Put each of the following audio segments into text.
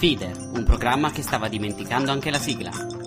Feeder, un programma che stava dimenticando anche la sigla.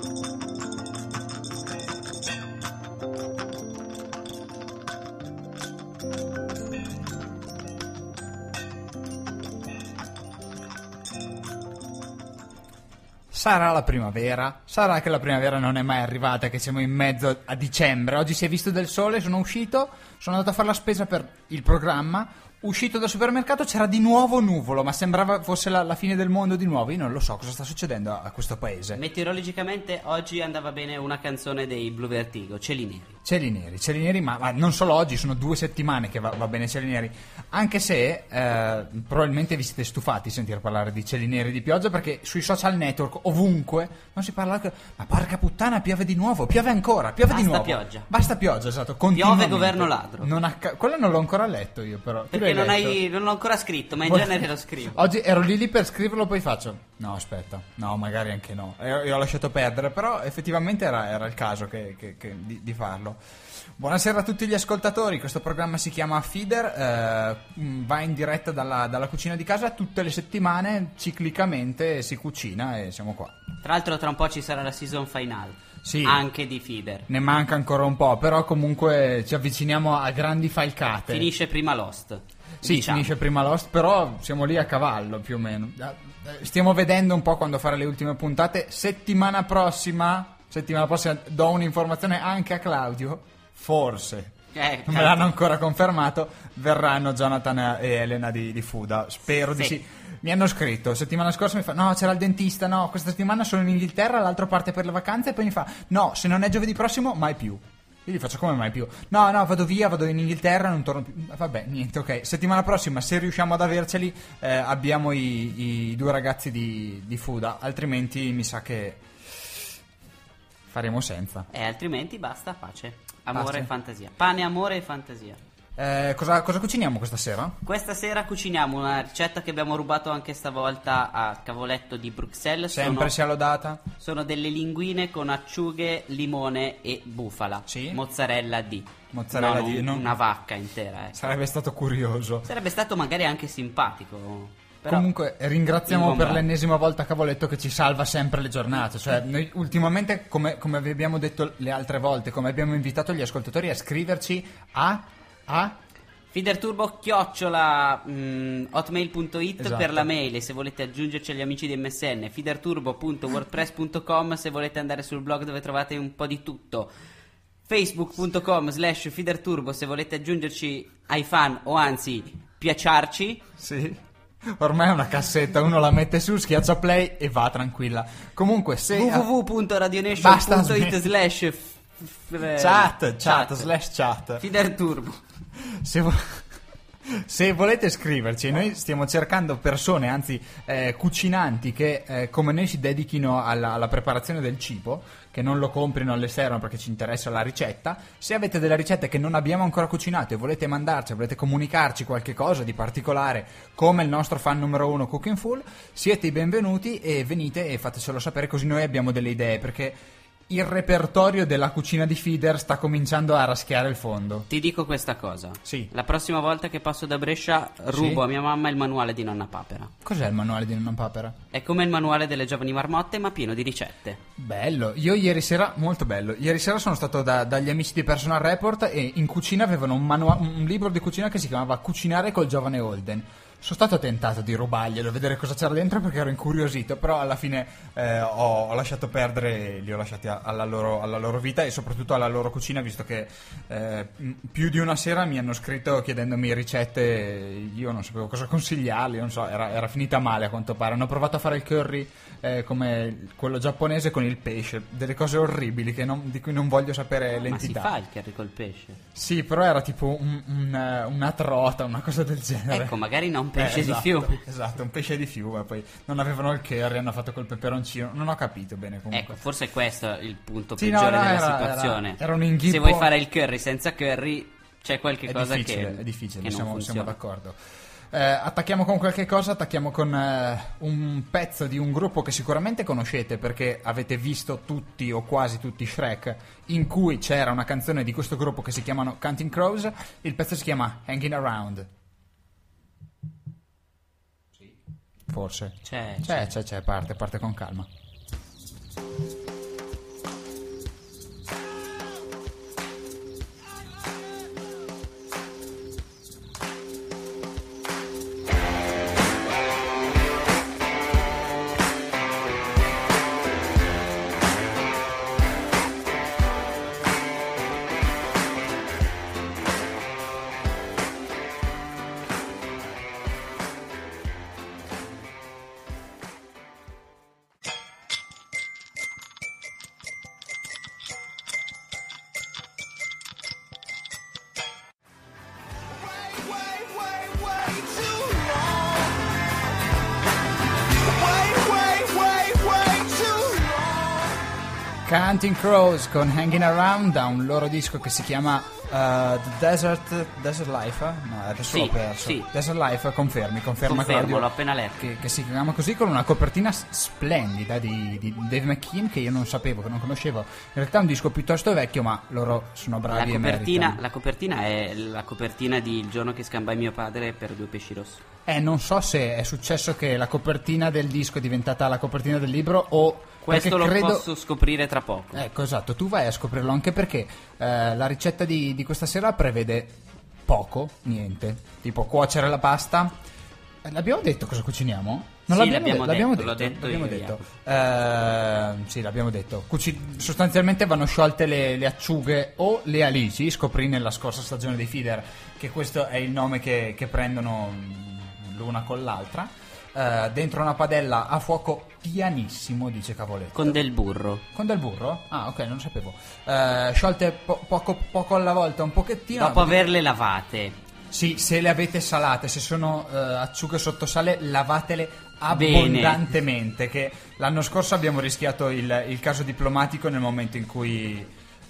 Sarà la primavera? Sarà che la primavera non è mai arrivata, che siamo in mezzo a dicembre. Oggi si è visto del sole, sono uscito, sono andato a fare la spesa per il programma. Uscito dal supermercato c'era di nuovo nuvolo, ma sembrava fosse la fine del mondo di nuovo. Io non lo so cosa sta succedendo a questo paese. Meteorologicamente oggi andava bene una canzone dei Blue Vertigo, Cieli Neri. Cieli neri, ma non solo oggi, sono 2 settimane che va bene cieli neri. Anche se probabilmente vi siete stufati di sentire parlare di cieli neri di pioggia, perché sui social network ovunque non si parla. Ma porca puttana, piove di nuovo, piove ancora, piove di nuovo. Basta pioggia, esatto. Piove governo ladro. Quello non l'ho ancora letto io, però. Perché non l'ho ancora scritto, ma in genere lo scrivo. Oggi ero lì per scriverlo, poi faccio no, aspetta, no, magari anche no, e ho lasciato perdere, però effettivamente era il caso di farlo. Buonasera a tutti gli ascoltatori, questo programma si chiama Feeder, va in diretta dalla cucina di casa tutte le settimane, ciclicamente si cucina e siamo qua. Tra l'altro tra un po' ci sarà la season finale, sì, anche di Feeder. Ne manca ancora un po', però comunque ci avviciniamo a grandi falcate. Finisce prima Lost. Sì, diciamo. Finisce prima Lost, però siamo lì a cavallo più o meno. Stiamo vedendo un po' quando fare le ultime puntate. Settimana prossima do un'informazione anche a Claudio, forse. Non me l'hanno ancora confermato. Verranno Jonathan e Elena di Fuda. Spero di sì. Mi hanno scritto settimana scorsa, mi fa no, c'era il dentista, no, questa settimana sono in Inghilterra, l'altro parte per le vacanze, e poi mi fa no, se non è giovedì prossimo mai più. Io gli faccio come mai più? No, vado via, vado in Inghilterra, non torno più. Vabbè, niente, ok. Settimana prossima, se riusciamo ad averceli, abbiamo i 2 ragazzi di Fuda, altrimenti mi sa che faremo senza. Altrimenti basta, pace, amore e fantasia. Pane, amore e fantasia. Cosa cuciniamo questa sera? Questa sera cuciniamo una ricetta che abbiamo rubato anche stavolta a Cavoletto di Bruxelles. Sempre sia lodata. Sono delle linguine con acciughe, limone e bufala. Sì. Mozzarella di una vacca intera. Sarebbe stato curioso. Sarebbe stato magari anche simpatico. Però comunque ringraziamo per l'ennesima volta Cavoletto che ci salva sempre le giornate. Cioè noi ultimamente, come vi abbiamo detto le altre volte, come abbiamo invitato gli ascoltatori a scriverci a feederturbo@hotmail.it esatto. per la mail, e se volete aggiungerci agli amici di MSN, feederturbo.wordpress.com se volete andare sul blog dove trovate un po' di tutto, facebook.com/feederturbo se volete aggiungerci ai fan o anzi piaciarci. Sì. Ormai è una cassetta, uno la mette su, schiaccia play e va tranquilla. Comunque se www.radionation.it/chat Feeder Turbo. Se volete scriverci, noi stiamo cercando persone, anzi cucinanti che come noi si dedichino alla preparazione del cibo, che non lo comprino all'esterno perché ci interessa la ricetta. Se avete delle ricette che non abbiamo ancora cucinato e volete mandarci, volete comunicarci qualche cosa di particolare, come il nostro fan numero 1 Cooking Full, siete i benvenuti e venite e fatecelo sapere, così noi abbiamo delle idee, perché il repertorio della cucina di Feeder sta cominciando a raschiare il fondo. Ti dico questa cosa. Sì. La prossima volta che passo da Brescia rubo a mia mamma il manuale di Nonna Papera. Cos'è il manuale di Nonna Papera? È come il manuale delle giovani marmotte, ma pieno di ricette. Bello. Io ieri sera, molto bello, ieri sera sono stato dagli amici di Personal Report e in cucina avevano un libro di cucina che si chiamava Cucinare col giovane Holden. Sono stato tentato di rubarglielo, vedere cosa c'era dentro, perché ero incuriosito, però alla fine ho lasciato perdere, li ho lasciati alla loro vita e soprattutto alla loro cucina, visto che più di una sera mi hanno scritto chiedendomi ricette, io non sapevo cosa consigliarli, non so, era finita male a quanto pare. Hanno provato a fare il curry come quello giapponese con il pesce, delle cose orribili di cui non voglio sapere l'entità. Ma si fa il curry col pesce? Sì, però era tipo una trota, una cosa del genere. Ecco, magari non pesce esatto, di fiume. Esatto, un pesce di fiume. Poi non avevano il curry, hanno fatto col peperoncino. Non ho capito bene comunque. Ecco, forse questo è il punto peggiore della situazione. Era un inghippo. Se vuoi fare il curry senza curry, c'è qualche cosa è difficile, che siamo d'accordo. Attacchiamo con qualche cosa, attacchiamo con un pezzo di un gruppo che sicuramente conoscete, perché avete visto tutti o quasi tutti Shrek, in cui c'era una canzone di questo gruppo che si chiamano Counting Crows. Il pezzo si chiama Hanging Around. forse? C'è. Parte con calma. Counting Crows con Hanging Around, da un loro disco che si chiama The Desert Life? No, adesso l'ho perso. Sì. Desert Life, conferma Claudio, l'ho appena letto. che si chiama così, con una copertina splendida di Dave McKean, che io non sapevo, che non conoscevo. In realtà è un disco piuttosto vecchio, ma loro sono bravi e meritano. La copertina è la copertina di Il giorno che scambai mio padre per 2 pesci rossi. Non so se è successo che la copertina del disco è diventata la copertina del libro o... Questo lo posso scoprire tra poco. Ecco, esatto, tu vai a scoprirlo, anche perché la ricetta di questa sera prevede poco, niente. Tipo cuocere la pasta. L'abbiamo detto cosa cuciniamo? Non sì, l'abbiamo detto. L'ho detto l'abbiamo io, detto. Sì, l'abbiamo detto. Sostanzialmente vanno sciolte le acciughe o le alici. Scoprì nella scorsa stagione dei Feeder che questo è il nome che prendono l'una con l'altra. Dentro una padella a fuoco pianissimo, dice Cavoletto. Con del burro. Con del burro? Ah, ok, non sapevo. Sciolte poco alla volta, un pochettino. Dopo averle lavate. Sì, se le avete salate, se sono acciughe sotto sale, lavatele abbondantemente. Che l'anno scorso abbiamo rischiato il caso diplomatico nel momento in cui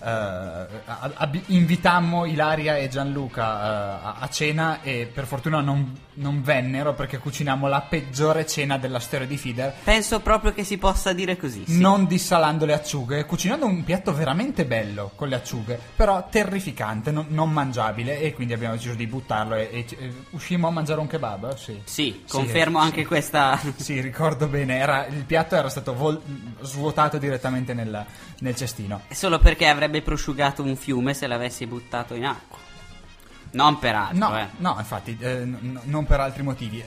invitammo Ilaria e Gianluca a cena, e per fortuna non vennero, perché cucinammo la peggiore cena della storia di Feeder. Penso proprio che si possa dire così, sì. Non dissalando le acciughe, cucinando un piatto veramente bello con le acciughe, però terrificante, non mangiabile, e quindi abbiamo deciso di buttarlo e uscimmo a mangiare un kebab. Sì, confermo anche questa. Sì, ricordo bene, il piatto era stato svuotato direttamente nel cestino. Solo perché avrebbe prosciugato un fiume se l'avessi buttato in acqua. Non per altro, No, infatti, non per altri motivi.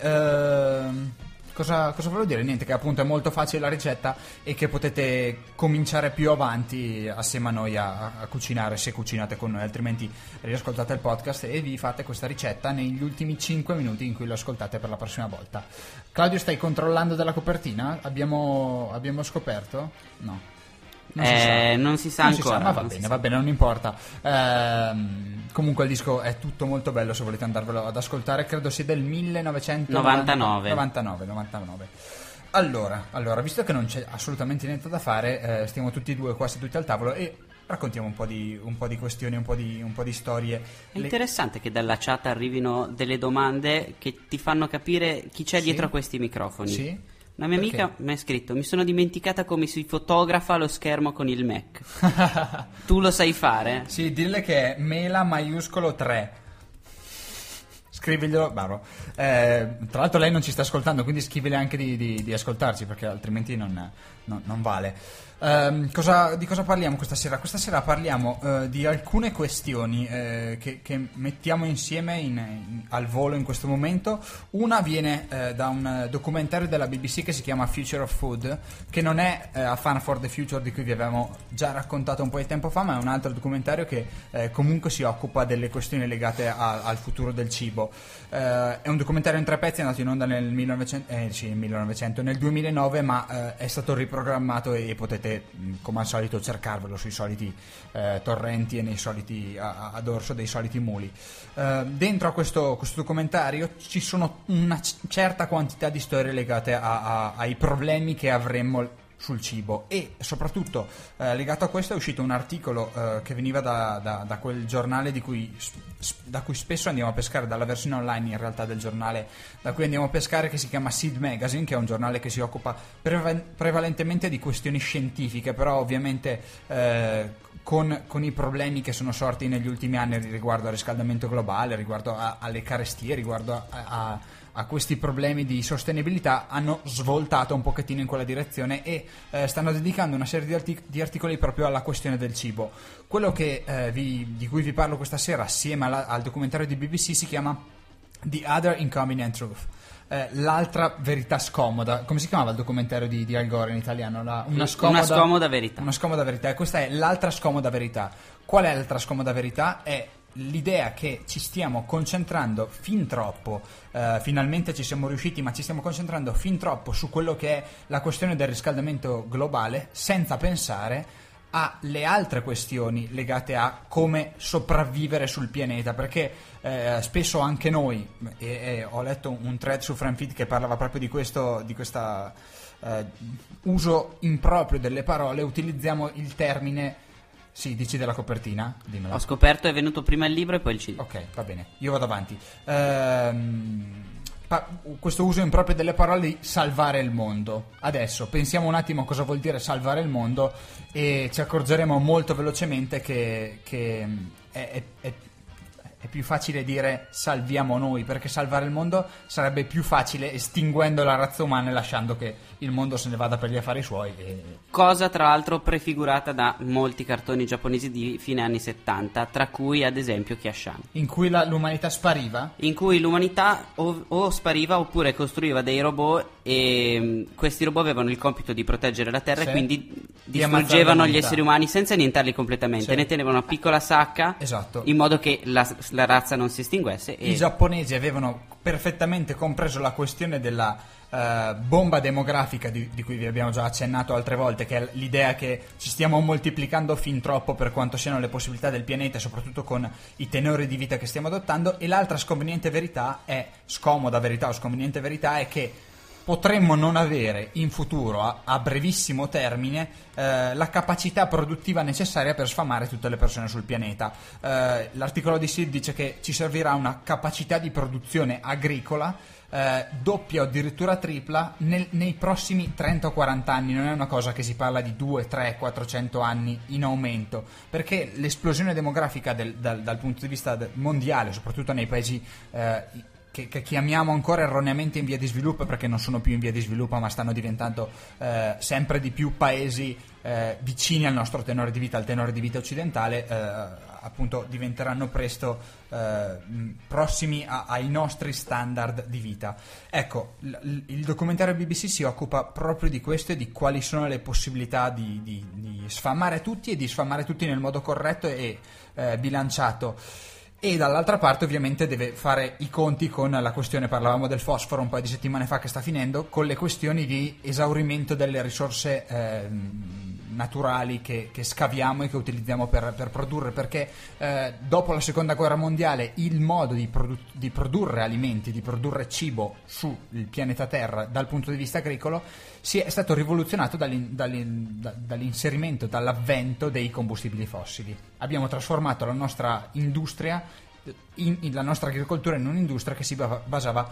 Cosa volevo dire? Niente, che appunto è molto facile la ricetta e che potete cominciare più avanti assieme a noi a cucinare, se cucinate con noi, altrimenti riascoltate il podcast e vi fate questa ricetta negli ultimi 5 minuti in cui lo ascoltate per la prossima volta. Claudio, stai controllando della copertina? Abbiamo scoperto? No. Non si sa ancora. Ma va bene, non importa. Comunque il disco è tutto molto bello, se volete andarvelo ad ascoltare. Credo sia del 1999. 99. Allora, visto che non c'è assolutamente niente da fare, stiamo tutti e due qua seduti al tavolo e raccontiamo un po' di questioni, un po' di storie. È interessante che dalla chat arrivino delle domande che ti fanno capire chi c'è dietro a questi microfoni. Sì. Una mia amica mi ha scritto: mi sono dimenticata come si fotografa lo schermo con il Mac. Tu lo sai fare? Sì, dille che è Mela maiuscolo 3. Scriviglielo, Baro. Tra l'altro lei non ci sta ascoltando, quindi scrivile anche di ascoltarci, perché altrimenti non vale. Di cosa parliamo questa sera? Questa sera parliamo di alcune questioni che mettiamo insieme al volo in questo momento. Una viene da un documentario della BBC che si chiama Future of Food, che non è A Fun for the Future, di cui vi avevamo già raccontato un po' di tempo fa, ma è un altro documentario che comunque si occupa delle questioni legate al futuro del cibo. È un documentario in 3 pezzi, è andato in onda nel 2009, ma è stato riprogrammato e potete, come al solito, cercarvelo sui soliti torrenti e nei soliti a dorso dei soliti muli. Dentro a questo documentario ci sono una certa quantità di storie legate ai problemi che avremmo sul cibo, e soprattutto legato a questo è uscito un articolo che veniva da quel giornale da cui spesso andiamo a pescare, dalla versione online in realtà del giornale da cui andiamo a pescare, che si chiama Seed Magazine, che è un giornale che si occupa prevalentemente di questioni scientifiche, però ovviamente con i problemi che sono sorti negli ultimi anni riguardo al riscaldamento globale, riguardo alle carestie, riguardo a questi problemi di sostenibilità hanno svoltato un pochettino in quella direzione e stanno dedicando una serie di articoli proprio alla questione del cibo. Quello che di cui vi parlo questa sera assieme al documentario di BBC si chiama The Other Inconvenient Truth. L'altra verità scomoda. Come si chiamava il documentario di Al Gore in italiano? Una scomoda verità. Una scomoda verità. E questa è l'altra scomoda verità. Qual è l'altra scomoda verità? È l'idea che ci stiamo concentrando fin troppo, finalmente ci siamo riusciti, ma ci stiamo concentrando fin troppo su quello che è la questione del riscaldamento globale, senza pensare alle altre questioni legate a come sopravvivere sul pianeta, perché spesso anche noi, e ho letto un thread su FriendFeed che parlava proprio di questo uso improprio delle parole, utilizziamo il termine. Sì, dici della copertina? Dimmela. Ho scoperto, è venuto prima il libro e poi il CD. Ok, va bene, io vado avanti. Questo uso improprio delle parole di salvare il mondo. Adesso pensiamo un attimo a cosa vuol dire salvare il mondo e ci accorgeremo molto velocemente che è più facile dire salviamo noi, perché salvare il mondo sarebbe più facile estinguendo la razza umana e lasciando che il mondo se ne vada per gli affari suoi. Cosa tra l'altro prefigurata da molti cartoni giapponesi di fine anni 70, tra cui ad esempio Kyashan. In cui l'umanità spariva? In cui l'umanità o spariva oppure costruiva dei robot e questi robot avevano il compito di proteggere la Terra, sì, e quindi distruggevano gli esseri umani senza annientarli completamente, sì, ne tenevano una piccola sacca, esatto, in modo che la razza non si estinguesse. I giapponesi avevano perfettamente compreso la questione della bomba demografica di cui vi abbiamo già accennato altre volte, che è l'idea che ci stiamo moltiplicando fin troppo per quanto siano le possibilità del pianeta, soprattutto con i tenori di vita che stiamo adottando. E l'altra scomoda verità è che potremmo non avere in futuro, a brevissimo termine, la capacità produttiva necessaria per sfamare tutte le persone sul pianeta. L'articolo di Sid dice che ci servirà una capacità di produzione agricola doppia o addirittura tripla nei prossimi 30 o 40 anni. Non è una cosa che si parla di 2, 3, 400 anni in aumento, perché l'esplosione demografica dal punto di vista mondiale, soprattutto nei paesi che chiamiamo ancora erroneamente in via di sviluppo, perché non sono più in via di sviluppo ma stanno diventando sempre di più paesi vicini al nostro tenore di vita, al tenore di vita occidentale, appunto diventeranno presto prossimi ai nostri standard di vita. Ecco, il documentario BBC si occupa proprio di questo e di quali sono le possibilità di sfamare tutti e di sfamare tutti nel modo corretto e bilanciato. E dall'altra parte ovviamente deve fare i conti con la questione, parlavamo del fosforo un paio di settimane fa che sta finendo, con le questioni di esaurimento delle risorse naturali che scaviamo e che utilizziamo per produrre, perché dopo la seconda guerra mondiale il modo di produrre alimenti, di produrre cibo sul pianeta Terra dal punto di vista agricolo è stato rivoluzionato dall'inserimento, dall'avvento dei combustibili fossili. Abbiamo trasformato la nostra industria, la nostra agricoltura, in un'industria che si basava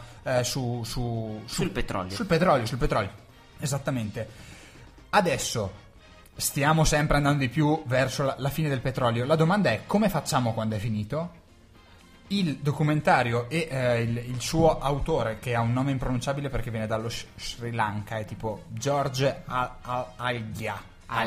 sul petrolio. Sul petrolio, esattamente. Adesso stiamo sempre andando di più verso la fine del petrolio. La domanda è: come facciamo quando è finito? Il documentario e il suo autore, che ha un nome impronunciabile perché viene dallo Sri Lanka, è tipo George Alagia,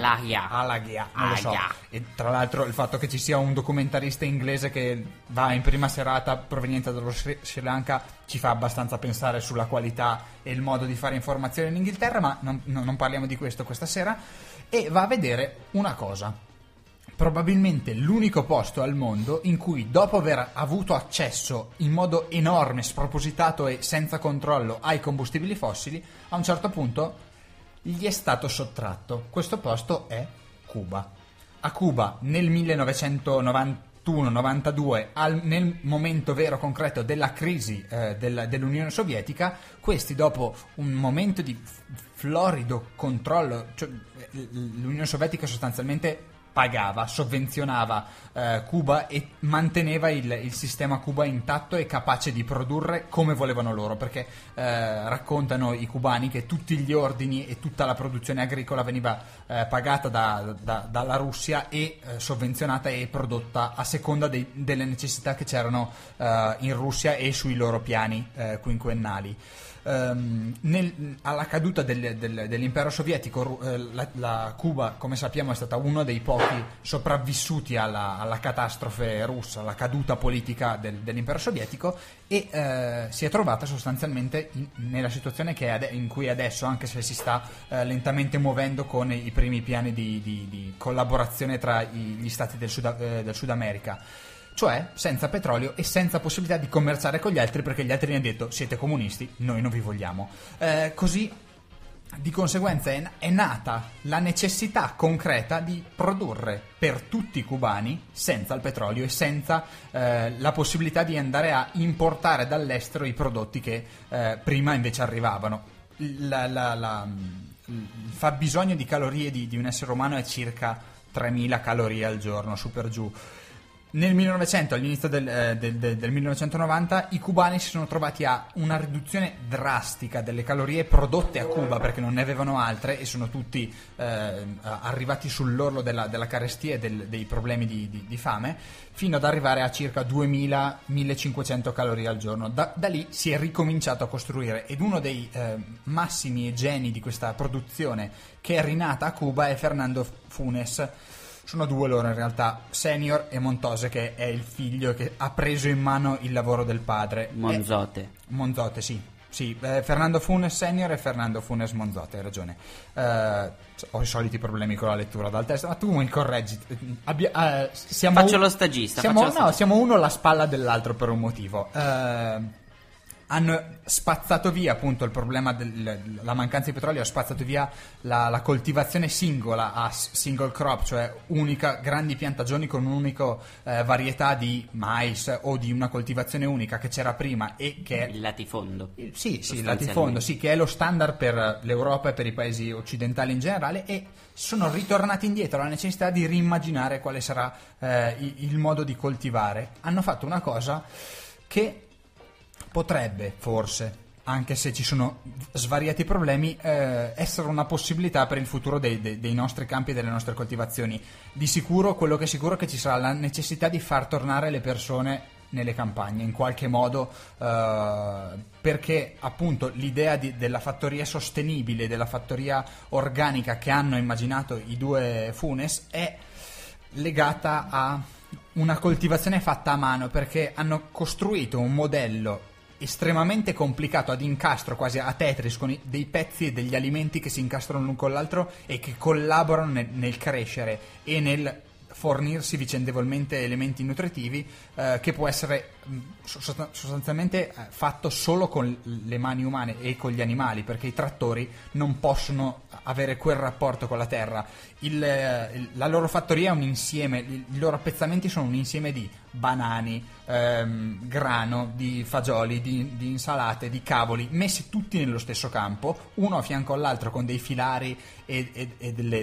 non lo so. E tra l'altro il fatto che ci sia un documentarista inglese che va in prima serata proveniente dallo Sri Lanka ci fa abbastanza pensare sulla qualità e il modo di fare informazione in Inghilterra, ma non parliamo di questo questa sera. E va a vedere una cosa: probabilmente l'unico posto al mondo in cui, dopo aver avuto accesso in modo enorme, spropositato e senza controllo ai combustibili fossili, a un certo punto gli è stato sottratto. Questo posto è Cuba. A Cuba nel 1991-92, nel momento vero concreto della crisi dell'Unione Sovietica, questi, dopo un momento di florido controllo, cioè l'Unione Sovietica sostanzialmente pagava, sovvenzionava Cuba e manteneva il sistema Cuba intatto e capace di produrre come volevano loro, perché raccontano i cubani che tutti gli ordini e tutta la produzione agricola veniva pagata dalla Russia e sovvenzionata e prodotta a seconda delle necessità che c'erano in Russia e sui loro piani quinquennali. Alla caduta dell'impero sovietico, la Cuba, come sappiamo, è stata uno dei pochi sopravvissuti alla catastrofe russa, alla caduta politica dell'impero sovietico, e si è trovata sostanzialmente nella situazione in cui adesso, anche se si sta lentamente muovendo con i primi piani di collaborazione tra gli stati del Sud America. Cioè senza petrolio e senza possibilità di commerciare con gli altri, perché gli altri hanno detto: siete comunisti, noi non vi vogliamo. Così di conseguenza è nata la necessità concreta di produrre per tutti i cubani senza il petrolio e senza la possibilità di andare a importare dall'estero i prodotti che prima invece arrivavano. Il fabbisogno di calorie di un essere umano è circa 3000 calorie al giorno, su per giù. Nel 1900, all'inizio del 1990, i cubani si sono trovati a una riduzione drastica delle calorie prodotte a Cuba, perché non ne avevano altre e sono tutti arrivati sull'orlo della carestia e dei problemi di fame, fino ad arrivare a circa 2000-1500 calorie al giorno. Da lì si è ricominciato a costruire, ed uno dei massimi geni di questa produzione che è rinata a Cuba è Fernando Funes. Sono due loro in realtà, Senior e Montose, che è il figlio che ha preso in mano il lavoro del padre. Monzote, sì. Fernando Funes Senior e Fernando Funes Monzote, hai ragione. Ho i soliti problemi con la lettura dal testo, ma tu mi correggi. Faccio lo stagista. Siamo uno alla spalla dell'altro per un motivo. Hanno spazzato via appunto il problema della mancanza di petrolio, ha spazzato via la coltivazione singola a single crop, cioè grandi piantagioni con un'unica varietà di mais o di una coltivazione unica che c'era prima, e che è il latifondo. Sì, il latifondo, sì, che è lo standard per l'Europa e per i paesi occidentali in generale, e sono ritornati indietro alla necessità di rimmaginare quale sarà il modo di coltivare. Hanno fatto una cosa che potrebbe, forse, anche se ci sono svariati problemi, essere una possibilità per il futuro dei nostri campi e delle nostre coltivazioni. Di sicuro, quello che è sicuro è che ci sarà la necessità di far tornare le persone nelle campagne in qualche modo, perché appunto l'idea della fattoria sostenibile, della fattoria organica che hanno immaginato i due Funes è legata a una coltivazione fatta a mano, perché hanno costruito un modello estremamente complicato, ad incastro, quasi a Tetris, con dei pezzi e degli alimenti che si incastrano l'un con l'altro e che collaborano nel crescere e nel fornirsi vicendevolmente elementi nutritivi, che può essere sostanzialmente fatto solo con le mani umane e con gli animali, perché i trattori non possono avere quel rapporto con la terra. La loro fattoria è un insieme, i loro appezzamenti sono un insieme di banani, grano, di fagioli, di insalate, di cavoli, messi tutti nello stesso campo, uno a fianco all'altro, con dei filari e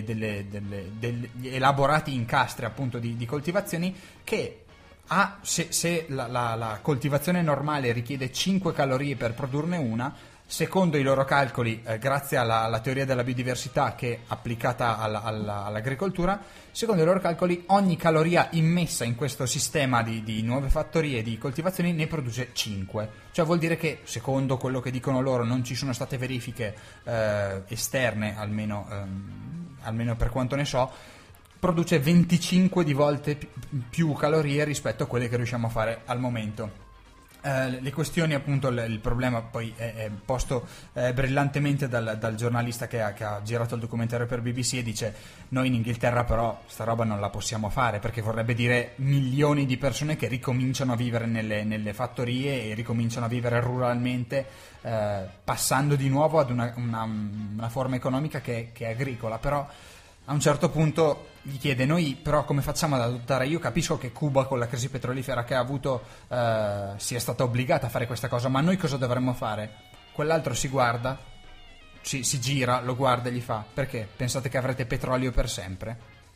degli elaborati incastri appunto di coltivazioni, che se la coltivazione normale richiede 5 calorie per produrne una, secondo i loro calcoli, grazie alla teoria della biodiversità che è applicata all'agricoltura, secondo i loro calcoli ogni caloria immessa in questo sistema di nuove fattorie di coltivazioni ne produce 5. Cioè vuol dire che, secondo quello che dicono loro, non ci sono state verifiche esterne, almeno per quanto ne so, produce 25 di volte più calorie rispetto a quelle che riusciamo a fare al momento. Le questioni, appunto, il problema poi è posto brillantemente dal giornalista che ha girato il documentario per BBC, e dice: noi in Inghilterra però sta roba non la possiamo fare, perché vorrebbe dire milioni di persone che ricominciano a vivere nelle fattorie e ricominciano a vivere ruralmente, passando di nuovo ad una forma economica che è agricola. Però a un certo punto gli chiede: noi però come facciamo ad adottare? Io capisco che Cuba, con la crisi petrolifera che ha avuto, sia stata obbligata a fare questa cosa, ma noi cosa dovremmo fare? Quell'altro si guarda, si gira, lo guarda e gli fa: perché? Pensate che avrete petrolio per sempre?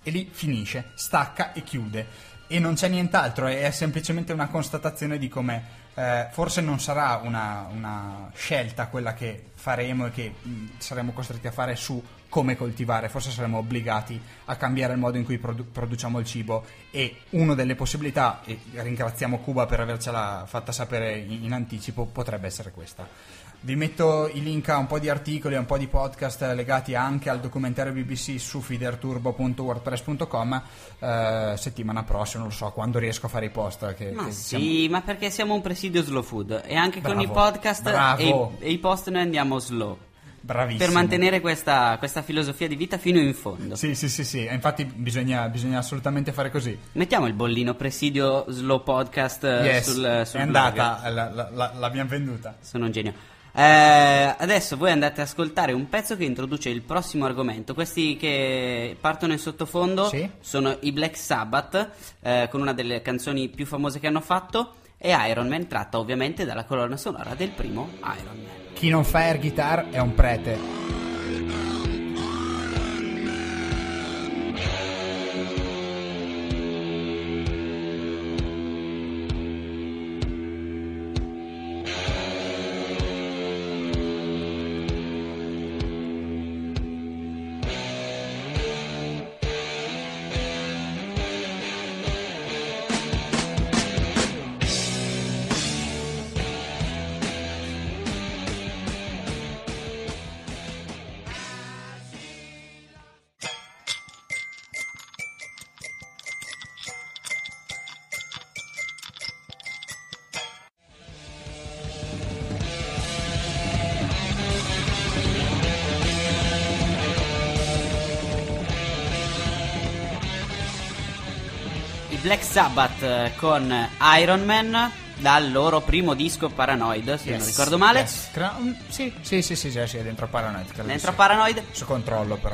e lì finisce, stacca e chiude, e non c'è nient'altro, è semplicemente una constatazione di come forse non sarà una scelta quella che faremo e che saremo costretti a fare su come coltivare, forse saremo obbligati a cambiare il modo in cui produciamo il cibo, e una delle possibilità, e ringraziamo Cuba per avercela fatta sapere in anticipo, potrebbe essere questa. Vi metto i link a un po' di articoli, a un po' di podcast legati anche al documentario BBC su feederturbo.wordpress.com settimana prossima, non so quando riesco a fare i post. Ma perché siamo un presidio slow food, e anche con i podcast e i post noi andiamo slow. Bravissimo. Per mantenere questa filosofia di vita fino in fondo. Sì, infatti bisogna assolutamente fare così. Mettiamo il bollino presidio slow podcast sul è blog. Andata, l'abbiamo venduta. Sono un genio. Adesso voi andate ad ascoltare un pezzo che introduce il prossimo argomento. Questi che partono in sottofondo sono i Black Sabbath, con una delle canzoni più famose che hanno fatto, e Iron Man, tratta ovviamente dalla colonna sonora del primo Iron Man. Chi non fa air guitar è un prete. Black Sabbath con Iron Man dal loro primo disco Paranoid, se non ricordo male. Sì, è dentro Paranoid. Dentro Paranoid. Su controllo però.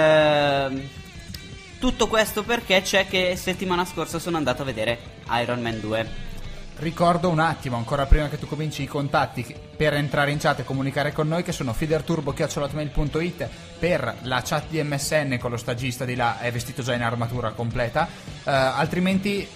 Tutto questo perché c'è che settimana scorsa sono andato a vedere Iron Man 2. Ricordo un attimo, ancora prima che tu cominci, i contatti per entrare in chat e comunicare con noi, che sono feederturbo@hotmail.it per la chat di MSN con lo stagista di là, è vestito già in armatura completa, altrimenti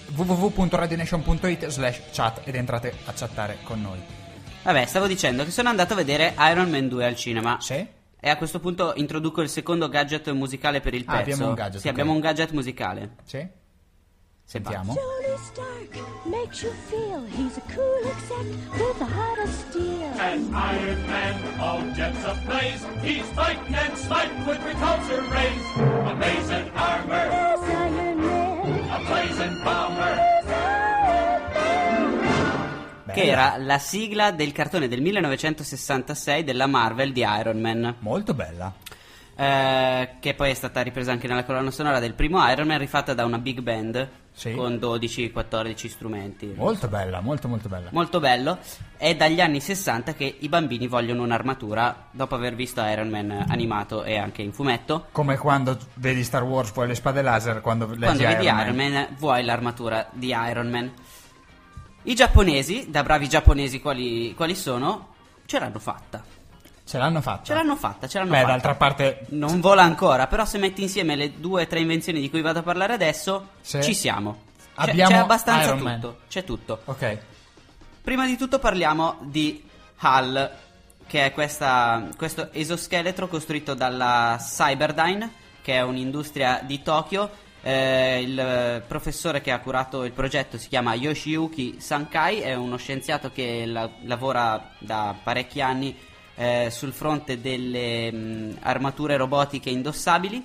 www.radionation.it/chat ed entrate a chattare con noi. Vabbè, stavo dicendo che sono andato a vedere Iron Man 2 al cinema. Sì? E a questo punto introduco il secondo gadget musicale per il pezzo. Abbiamo un gadget. Sì, abbiamo un gadget musicale. Sì? Sentiamo. Tony Stark makes you feel he's a cool exec with a heart of steel. And Iron Man, all jets ablaze, he's fighting and smiting with repulsor rays. Amazing armor, There's Iron Man, a blazing bomber. there's Iron Man. Che era la sigla del cartone del 1966 della Marvel di Iron Man. Molto bella. Che poi è stata ripresa anche nella colonna sonora del primo Iron Man, rifatta da una big band con 12-14 strumenti. Molto bella, molto bella. Molto bello. È dagli anni 60 che i bambini vogliono un'armatura dopo aver visto Iron Man animato e anche in fumetto. Come quando vedi Star Wars, poi le spade laser, quando vedi Iron Man vuoi l'armatura di Iron Man. I giapponesi, da bravi giapponesi quali sono, ce l'hanno fatta. Ce l'hanno fatta. Beh, d'altra parte non vola ancora, però se metti insieme le 2 o 3 invenzioni di cui vado a parlare adesso, ci siamo. C'è abbastanza Iron tutto. Man. C'è tutto. Ok. Prima di tutto parliamo di HAL, che è questo esoscheletro costruito dalla Cyberdyne, che è un'industria di Tokyo. Il professore che ha curato il progetto si chiama Yoshiyuki Sankai, è uno scienziato che lavora da parecchi anni sul fronte delle armature robotiche indossabili,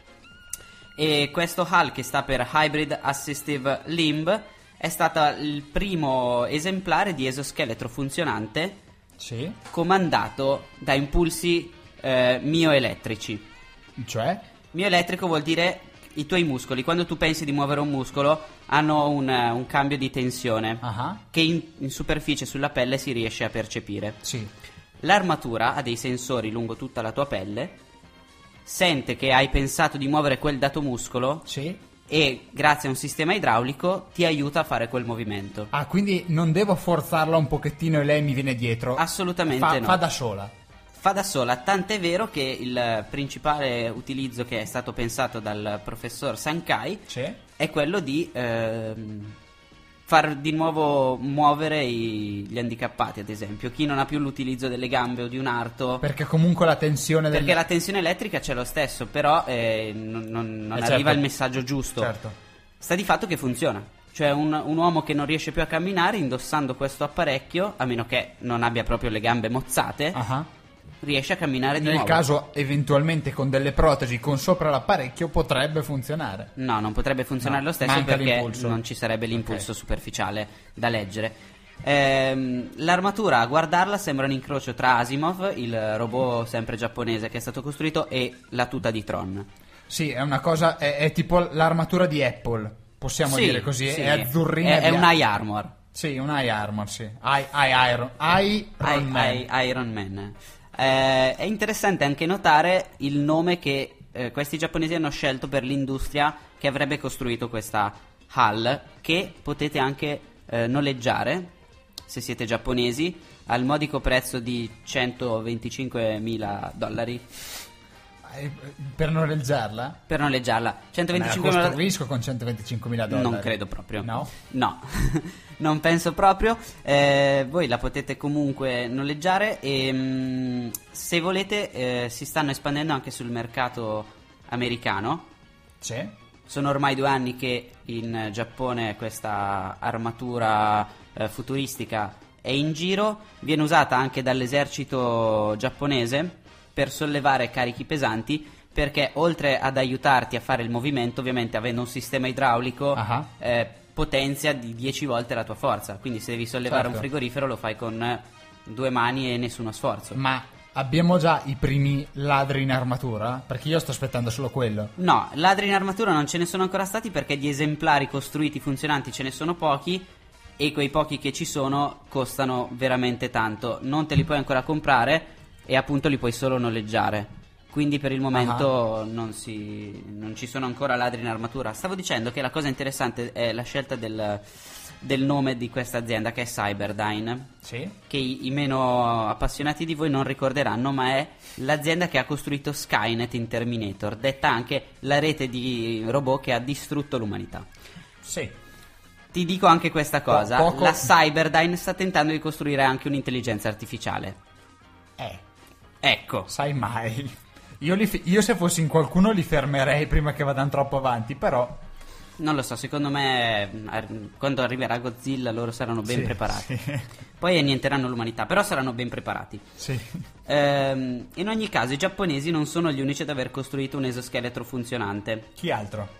e questo HAL, che sta per Hybrid Assistive Limb, è stato il primo esemplare di esoscheletro funzionante comandato da impulsi mioelettrici. Cioè? Mioelettrico vuol dire i tuoi muscoli, quando tu pensi di muovere un muscolo, hanno un cambio di tensione che in superficie sulla pelle si riesce a percepire. Sì. L'armatura ha dei sensori lungo tutta la tua pelle, sente che hai pensato di muovere quel dato muscolo e grazie a un sistema idraulico ti aiuta a fare quel movimento. Ah, quindi non devo forzarla un pochettino e lei mi viene dietro? Assolutamente no. Fa da sola. fa da sola, tant'è vero che il principale utilizzo che è stato pensato dal professor Sankei è quello di far di nuovo muovere gli handicappati, ad esempio chi non ha più l'utilizzo delle gambe o di un arto, perché comunque la tensione perché la tensione elettrica c'è lo stesso, però non arriva il messaggio giusto. Certo. Sta di fatto che funziona, cioè un uomo che non riesce più a camminare indossando questo apparecchio, a meno che non abbia proprio le gambe mozzate, riesce a camminare di nuovo. Nel caso eventualmente con delle protesi con sopra l'apparecchio potrebbe funzionare. No, non potrebbe funzionare lo stesso, perché non ci sarebbe l'impulso superficiale da leggere. L'armatura, a guardarla, sembra un incrocio tra Asimov, il robot sempre giapponese che è stato costruito, e la tuta di Tron. Sì, è una cosa, è tipo l'armatura di Apple, possiamo dire così, sì. È azzurrina. È un eye armor. Sì, un eye armor, sì. Iron Man. È interessante anche notare il nome che questi giapponesi hanno scelto per l'industria che avrebbe costruito questa HAL, che potete anche noleggiare se siete giapponesi al modico prezzo di $125.000. Per noleggiarla? Per noleggiarla. $125.000. Costruisco con $125.000. Non credo proprio. No? No. Non penso proprio. Voi la potete comunque noleggiare e se volete si stanno espandendo anche sul mercato americano. Sì. Sono ormai 2 anni che in Giappone questa armatura futuristica è in giro, viene usata anche dall'esercito giapponese per sollevare carichi pesanti, perché oltre ad aiutarti a fare il movimento, ovviamente avendo un sistema idraulico potenzia di 10 volte la tua forza, quindi se devi sollevare un frigorifero lo fai con 2 mani e nessuno sforzo. Ma abbiamo già i primi ladri in armatura? Perché io sto aspettando solo quello. No, ladri in armatura non ce ne sono ancora stati, perché di esemplari costruiti funzionanti ce ne sono pochi, e quei pochi che ci sono costano veramente tanto, non te li puoi ancora comprare e appunto li puoi solo noleggiare, quindi per il momento non ci sono ancora ladri in armatura. Stavo dicendo che la cosa interessante è la scelta del nome di questa azienda, che è Cyberdyne, che i meno appassionati di voi non ricorderanno, ma è l'azienda che ha costruito Skynet in Terminator, detta anche la rete di robot che ha distrutto l'umanità. Sì. Ti dico anche questa cosa, la Cyberdyne sta tentando di costruire anche un'intelligenza artificiale. Ecco. Sai mai. Io se fossi in qualcuno li fermerei prima che vadano troppo avanti, però... Non lo so, secondo me quando arriverà Godzilla loro saranno ben preparati. Poi annienteranno l'umanità, però saranno ben preparati. Sì. In ogni caso i giapponesi non sono gli unici ad aver costruito un esoscheletro funzionante. Chi altro?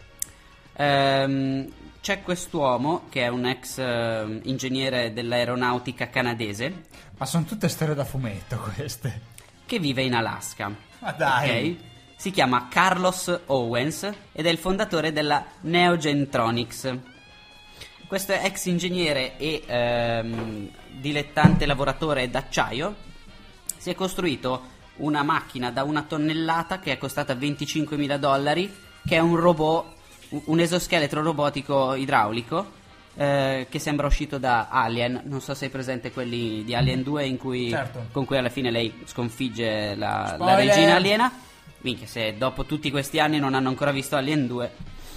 C'è quest'uomo che è un ex ingegnere dell'aeronautica canadese. Ma sono tutte storie da fumetto queste. Che vive in Alaska. Ma dai. Ok? Si chiama Carlos Owens ed è il fondatore della Neogentronics. Questo ex ingegnere e dilettante lavoratore d'acciaio si è costruito una macchina da 1 tonnellata che è costata $25.000, che è un robot, un esoscheletro robotico idraulico che sembra uscito da Alien. Non so se hai presente quelli di Alien 2 in cui, con cui alla fine lei sconfigge la regina aliena. Minchia, se dopo tutti questi anni non hanno ancora visto Alien 2.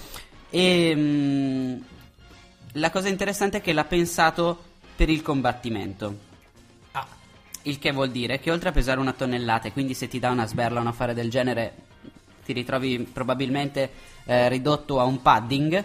E la cosa interessante è che l'ha pensato per il combattimento. Il che vuol dire che oltre a pesare 1 tonnellata, e quindi se ti dà una sberla o un affare del genere ti ritrovi probabilmente ridotto a un padding,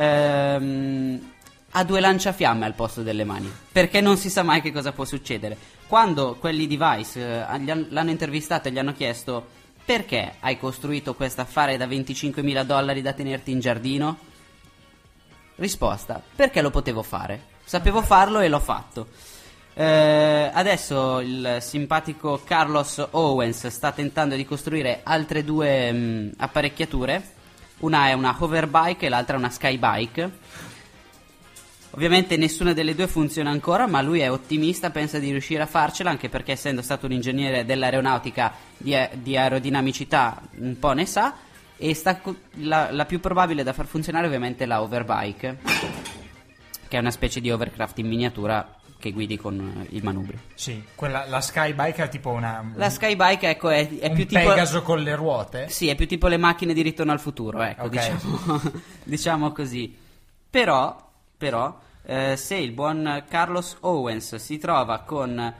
ha 2 lanciafiamme al posto delle mani, perché non si sa mai che cosa può succedere. Quando quelli di Vice l'hanno intervistato e gli hanno chiesto: perché hai costruito questo affare da $25.000 da tenerti in giardino? Risposta: perché lo potevo fare, sapevo farlo e l'ho fatto. Adesso il simpatico Carlos Owens sta tentando di costruire altre 2 apparecchiature. Una è una hoverbike e l'altra è una skybike. Ovviamente nessuna delle 2 funziona ancora, ma lui è ottimista, pensa di riuscire a farcela, anche perché essendo stato un ingegnere dell'aeronautica di aerodinamicità un po' ne sa, e la più probabile da far funzionare ovviamente è la hoverbike, che è una specie di hovercraft in miniatura che guidi con il manubrio. Sì, la Skybike è tipo La Skybike, ecco, è più tipo Pegaso con le ruote? Sì, è più tipo le macchine di Ritorno al futuro, ecco, okay. diciamo così. Però se il buon Carlos Owens si trova con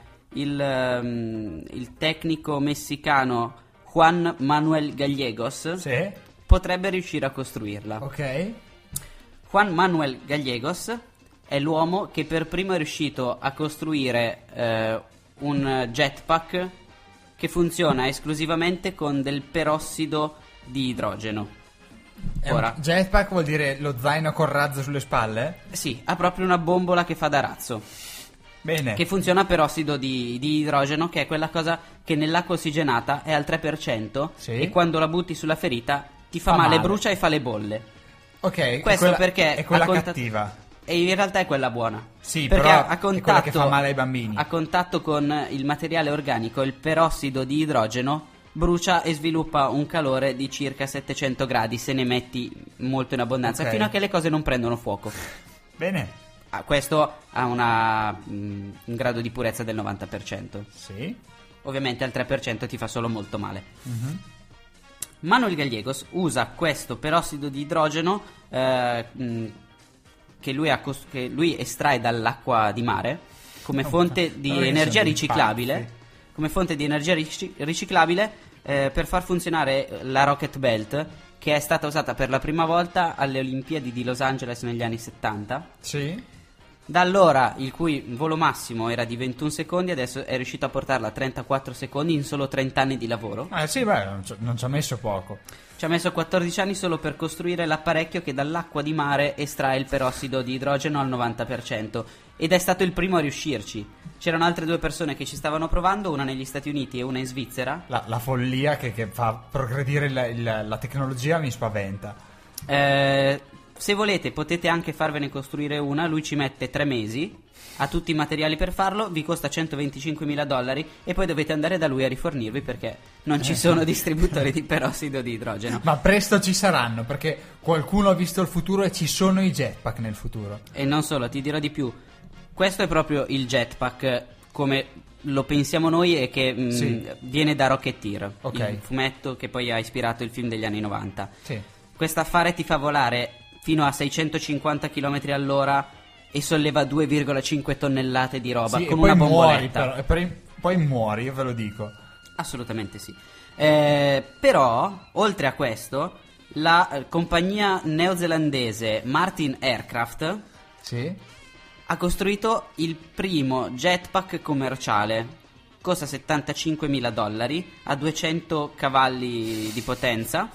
il tecnico messicano Juan Manuel Gallegos, sì, potrebbe riuscire a costruirla. Ok. Juan Manuel Gallegos è l'uomo che per primo è riuscito a costruire un jetpack che funziona esclusivamente con del perossido di idrogeno. Ora, jetpack vuol dire lo zaino col razzo sulle spalle? Sì, ha proprio una bombola che fa da razzo. Bene. Che funziona a perossido di idrogeno, che è quella cosa che nell'acqua ossigenata è al 3%, sì, e quando la butti sulla ferita ti fa male, brucia e fa le bolle. Ok, questo perché è quella cattiva. E in realtà è quella buona. Sì, perché però a contatto, è quella che fa male ai bambini. A contatto con il materiale organico, il perossido di idrogeno brucia e sviluppa un calore di circa 700 gradi se ne metti molto in abbondanza, fino a che le cose non prendono fuoco. Bene. Questo ha un grado di purezza del 90%. Sì. Ovviamente al 3% ti fa solo molto male. Manuel Gallegos usa questo perossido di idrogeno che lui estrae dall'acqua di mare come fonte di energia riciclabile. Come fonte di energia riciclabile per far funzionare la Rocket Belt, che è stata usata per la prima volta alle Olimpiadi di Los Angeles negli anni 70. Sì. Da allora, il cui volo massimo era di 21 secondi, adesso è riuscito a portarla a 34 secondi in solo 30 anni di lavoro. Sì, beh, non ci ha messo poco. Ci ha messo 14 anni solo per costruire l'apparecchio che dall'acqua di mare estrae il perossido di idrogeno al 90%, ed è stato il primo a riuscirci. C'erano altre 2 persone che ci stavano provando, una negli Stati Uniti e una in Svizzera. La follia che fa progredire la tecnologia mi spaventa. Se volete potete anche farvene costruire una. Lui ci mette 3 mesi, ha tutti i materiali per farlo, vi costa $125.000 e poi dovete andare da lui a rifornirvi, perché non ci sono distributori di perossido di idrogeno. Ma presto ci saranno, perché qualcuno ha visto il futuro e ci sono i jetpack nel futuro. E non solo, ti dirò di più. Questo è proprio il jetpack come lo pensiamo noi e che viene da Rocketeer, il fumetto che poi ha ispirato il film degli anni 90. Sì. Quest'affare ti fa volare fino a 650 km all'ora e solleva 2,5 tonnellate di roba, con una bomboletta. Poi muori, io ve lo dico. Assolutamente sì. Però, oltre a questo, la compagnia neozelandese Martin Aircraft ha costruito il primo jetpack commerciale. Costa $75.000, ha 200 cavalli di potenza.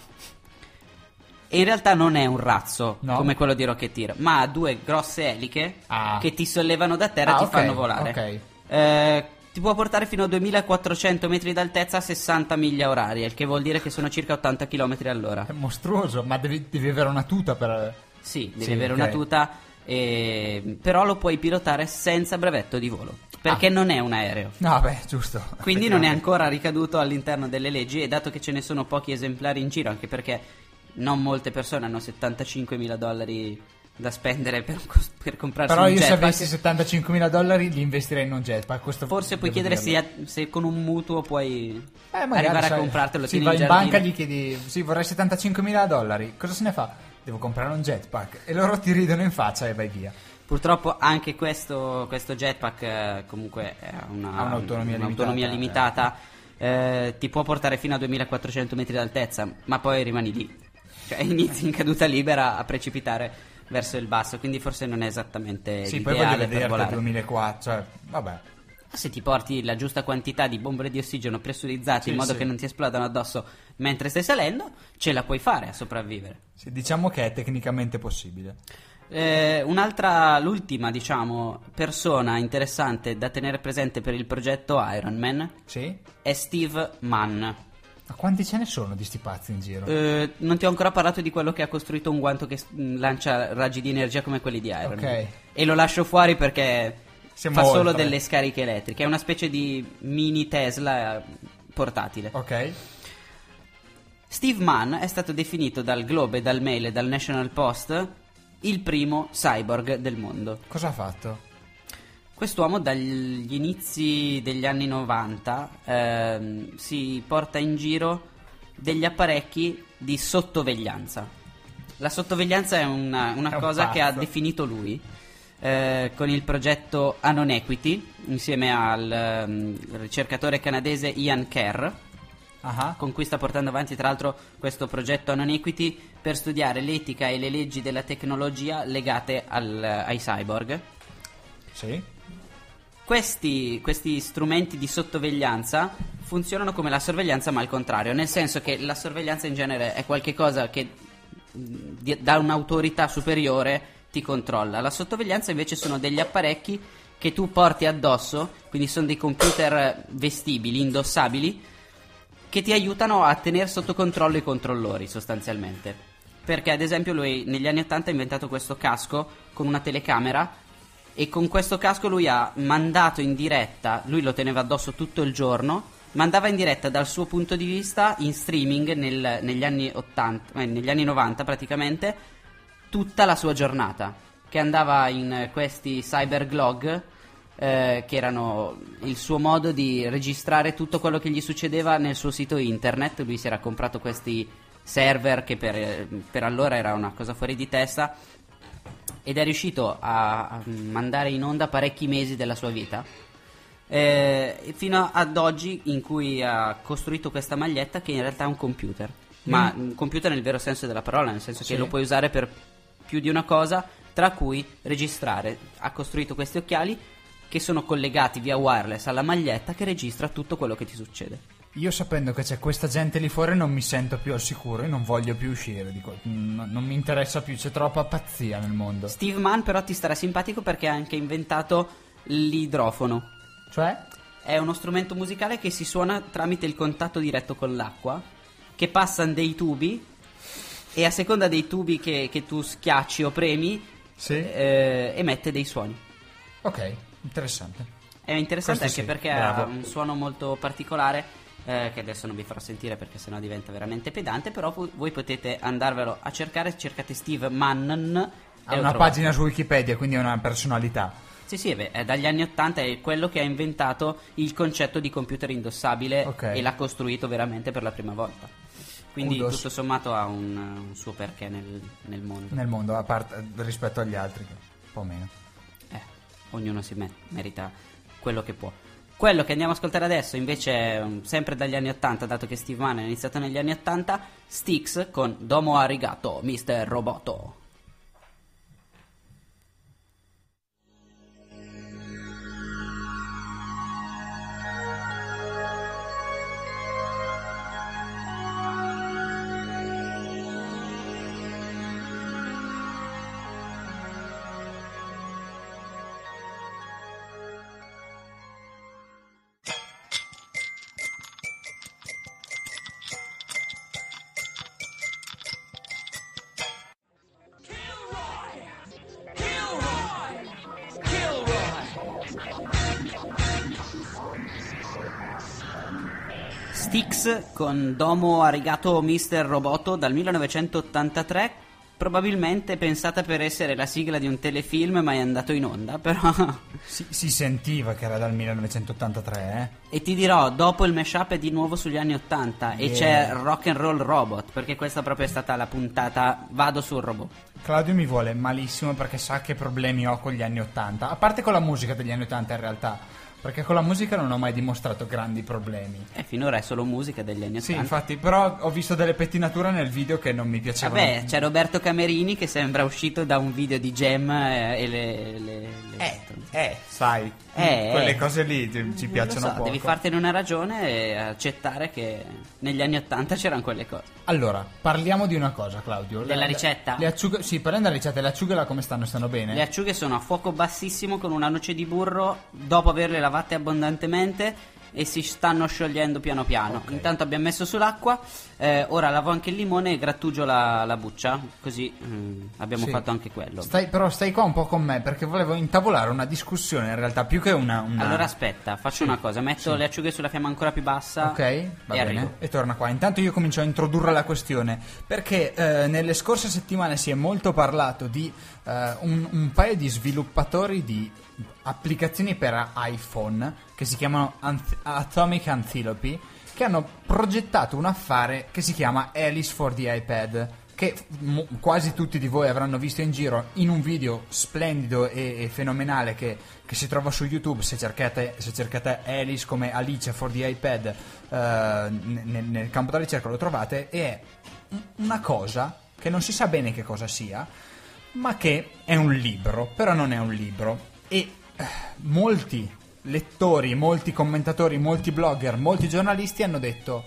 E in realtà non è un razzo come quello di Rocketeer, ma ha 2 grosse eliche che ti sollevano da terra e ti fanno volare. Ti può portare fino a 2400 metri d'altezza a 60 miglia orarie, il che vuol dire che sono circa 80 km all'ora. È mostruoso, ma devi avere una tuta per... Sì, devi avere una tuta, però lo puoi pilotare senza brevetto di volo, perché non è un aereo. No, beh, giusto. Quindi non è ancora ricaduto all'interno delle leggi, e dato che ce ne sono pochi esemplari in giro, anche perché non molte persone hanno $75.000 da spendere per comprarsi però un jetpack. Però io se avessi $75.000 li investirei in un jetpack. Forse puoi chiedere se con un mutuo puoi arrivare a comprartelo. Sì, vai in banca e gli chiedi: sì, vorrei $75.000, cosa se ne fa? Devo comprare un jetpack. E loro ti ridono in faccia e vai via. Purtroppo anche questo jetpack comunque ha un'autonomia limitata. Ti può portare fino a 2400 metri d'altezza, ma poi rimani lì. Cioè inizi in caduta libera a precipitare verso il basso, quindi forse non è esattamente sì, l'ideale poi voglio per vederti volare. 2004, cioè, vabbè. Se ti porti la giusta quantità di bombole di ossigeno pressurizzate in modo che non ti esplodano addosso mentre stai salendo, ce la puoi fare a sopravvivere. Sì, diciamo che è tecnicamente possibile. L'ultima, diciamo, persona interessante da tenere presente per il progetto Iron Man è Steve Mann. Ma quanti ce ne sono di sti pazzi in giro? Non ti ho ancora parlato di quello che ha costruito un guanto che lancia raggi di energia come quelli di Iron Man. E lo lascio fuori perché fa solo delle scariche elettriche. È una specie di mini Tesla portatile. Steve Mann è stato definito dal Globe, dal Mail e dal National Post il primo cyborg del mondo. Cosa ha fatto? Quest'uomo dagli inizi degli anni 90 si porta in giro degli apparecchi di sottoveglianza. La sottoveglianza è una cosa che ha definito lui con il progetto Anon Equity insieme al ricercatore canadese Ian Kerr, con cui sta portando avanti tra l'altro questo progetto Anon Equity per studiare l'etica e le leggi della tecnologia legate ai cyborg. Sì. Questi strumenti di sottoveglianza funzionano come la sorveglianza ma al contrario, nel senso che la sorveglianza in genere è qualche cosa che da un'autorità superiore ti controlla. La sottoveglianza invece sono degli apparecchi che tu porti addosso, quindi sono dei computer vestibili, indossabili, che ti aiutano a tenere sotto controllo i controllori sostanzialmente. Perché ad esempio lui negli anni 80 ha inventato questo casco con una telecamera, e con questo casco lui ha mandato in diretta, lui lo teneva addosso tutto il giorno, mandava in diretta dal suo punto di vista in streaming negli anni 80, negli anni 90 praticamente, tutta la sua giornata, che andava in questi cyberglog che erano il suo modo di registrare tutto quello che gli succedeva nel suo sito internet. Lui si era comprato questi server che per allora era una cosa fuori di testa, ed è riuscito a mandare in onda parecchi mesi della sua vita, fino ad oggi, in cui ha costruito questa maglietta che in realtà è un computer, ma un computer nel vero senso della parola, nel senso che lo puoi usare per più di una cosa, tra cui registrare. Ha costruito questi occhiali che sono collegati via wireless alla maglietta, che registra tutto quello che ti succede. Io, sapendo che c'è questa gente lì fuori, non mi sento più al sicuro e non voglio più uscire. Non mi interessa più, c'è troppa pazzia nel mondo. Steve Mann però ti starà simpatico perché ha anche inventato l'idrofono. Cioè? È uno strumento musicale che si suona tramite il contatto diretto con l'acqua, che passano dei tubi, e a seconda dei tubi che tu schiacci o premi, emette dei suoni. Ok, interessante. È interessante questo anche perché ha un suono molto particolare, che adesso non vi farò sentire perché sennò diventa veramente pedante, però voi potete andarvelo a cercare. Cercate Steve Mann. Ha una pagina su Wikipedia, quindi è una personalità. Sì, è dagli anni 80, è quello che ha inventato il concetto di computer indossabile, e l'ha costruito veramente per la prima volta. Quindi tutto sommato ha un suo perché nel mondo. Nel mondo, a parte rispetto agli altri, un po' meno. Ognuno si merita quello che può. Quello che andiamo ad ascoltare adesso invece è sempre dagli anni 80, dato che Steve Mann è iniziato negli anni 80, Styx con Domo Arigato, Mr. Roboto. Styx con Domo Arigato Mr. Roboto dal 1983, probabilmente pensata per essere la sigla di un telefilm, ma è andato in onda, però si sentiva che era dal 1983, E ti dirò, dopo il mashup è di nuovo sugli anni 80 e c'è Rock and Roll Robot, perché questa proprio è stata la puntata Vado sul robot. Claudio mi vuole malissimo perché sa che problemi ho con gli anni 80, a parte con la musica degli anni 80 in realtà. Perché con la musica non ho mai dimostrato grandi problemi. Finora è solo musica degli anni 80. Sì, infatti, però ho visto delle pettinature nel video che non mi piacevano. Vabbè, c'è Roberto Camerini che sembra uscito da un video di Gem e sai, quelle cose lì ci piacciono poco. Devi fartene una ragione e accettare che negli anni 80 c'erano quelle cose. Allora, parliamo di una cosa, Claudio. Della ricetta? Le acciughe, sì, parliamo della ricetta. Le acciughe là come stanno? Stanno bene? Le acciughe sono a fuoco bassissimo con una noce di burro dopo averle lavate abbondantemente e si stanno sciogliendo piano piano. Okay. Intanto abbiamo messo sull'acqua, ora lavo anche il limone e grattugio la buccia, così abbiamo fatto anche quello. Però stai qua un po' con me perché volevo intavolare una discussione in realtà, più che una... Allora aspetta, faccio una cosa, metto le acciughe sulla fiamma ancora più bassa. Ok, va bene. Arrivo. E torna qua. Intanto io comincio a introdurre la questione perché nelle scorse settimane si è molto parlato di un paio di sviluppatori di applicazioni per iPhone che si chiamano Atomic Antilope, che hanno progettato un affare che si chiama Alice for the iPad, che quasi tutti di voi avranno visto in giro in un video splendido e fenomenale che si trova su YouTube. Se cercate Alice come Alice for the iPad nel campo della ricerca lo trovate, e è una cosa che non si sa bene che cosa sia, ma che è un libro, però non è un libro. E molti lettori, molti commentatori, molti blogger, molti giornalisti hanno detto: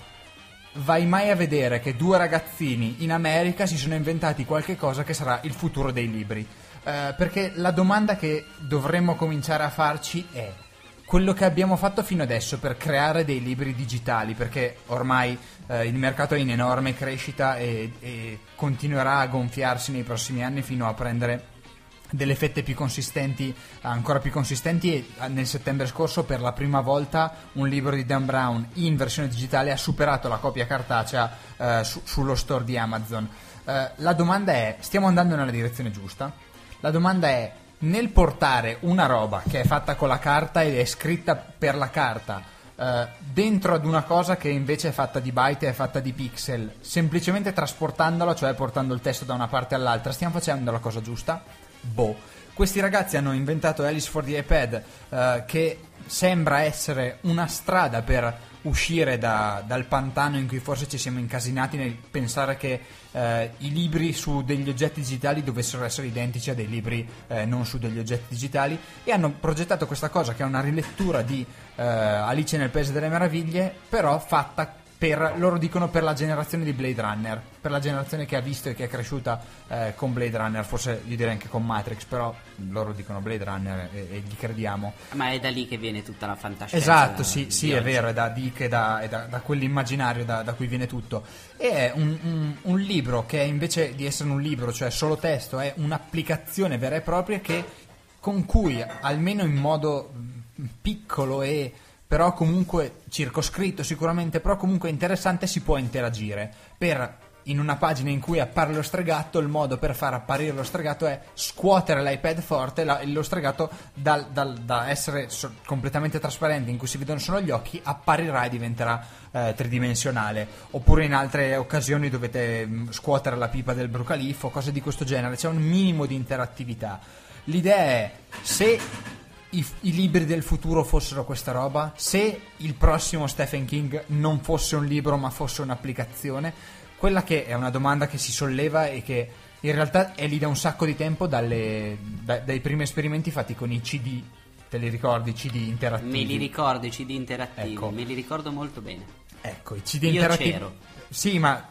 vai mai a vedere che 2 ragazzini in America si sono inventati qualche cosa che sarà il futuro dei libri. Perché la domanda che dovremmo cominciare a farci è: quello che abbiamo fatto fino adesso per creare dei libri digitali, perché ormai il mercato è in enorme crescita e continuerà a gonfiarsi nei prossimi anni fino a prendere delle fette più consistenti, ancora più consistenti, e nel settembre scorso per la prima volta un libro di Dan Brown in versione digitale ha superato la copia cartacea sullo store di Amazon. La domanda è: stiamo andando nella direzione giusta? La domanda è: nel portare una roba che è fatta con la carta ed è scritta per la carta dentro ad una cosa che invece è fatta di byte e è fatta di pixel, semplicemente trasportandola, cioè portando il testo da una parte all'altra, stiamo facendo la cosa giusta? Questi ragazzi hanno inventato Alice for the iPad, che sembra essere una strada per uscire dal pantano in cui forse ci siamo incasinati nel pensare che i libri su degli oggetti digitali dovessero essere identici a dei libri non su degli oggetti digitali, e hanno progettato questa cosa che è una rilettura di Alice nel Paese delle Meraviglie, però fatta loro dicono per la generazione di Blade Runner, per la generazione che ha visto e che è cresciuta con Blade Runner, forse gli direi anche con Matrix, però loro dicono Blade Runner e gli crediamo. Ma è da lì che viene tutta la fantascienza. Esatto, sì, è vero, è da Dick e da quell'immaginario da cui viene tutto. E è un libro che invece di essere un libro, cioè solo testo, è un'applicazione vera e propria con cui, almeno in modo piccolo e però comunque circoscritto sicuramente, però comunque interessante, si può interagire. In una pagina in cui appare lo stregato, il modo per far apparire lo stregato è scuotere l'iPad forte, lo stregato da essere completamente trasparente, in cui si vedono solo gli occhi, apparirà e diventerà tridimensionale. Oppure in altre occasioni dovete scuotere la pipa del brucaliffo, cose di questo genere. C'è un minimo di interattività. L'idea è: se i libri del futuro fossero questa roba, se il prossimo Stephen King non fosse un libro ma fosse un'applicazione, quella che è una domanda che si solleva e che in realtà è lì da un sacco di tempo, dai primi esperimenti fatti con i CD. Te li ricordi, i CD interattivi? Me li ricordo, i CD interattivi, ecco. Me li ricordo molto bene. Ecco, i CD interattivi. Io c'ero. Sì, ma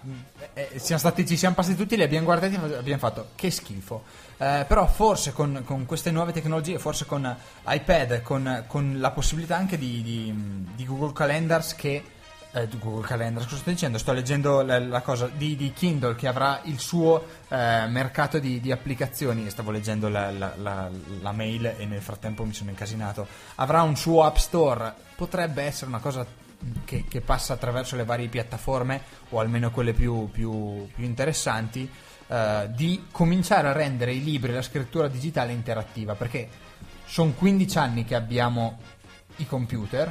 ci siamo passati tutti, li abbiamo guardati e abbiamo fatto: che schifo. Però forse con queste nuove tecnologie, forse con iPad, con la possibilità anche di Google Calendars, Google Calendars, cosa sto dicendo? Sto leggendo la cosa di Kindle, che avrà il suo mercato di applicazioni, e stavo leggendo la mail e nel frattempo mi sono incasinato. Avrà un suo App Store, potrebbe essere una cosa che passa attraverso le varie piattaforme, o almeno quelle più interessanti, di cominciare a rendere i libri e la scrittura digitale interattiva, perché sono 15 anni che abbiamo i computer,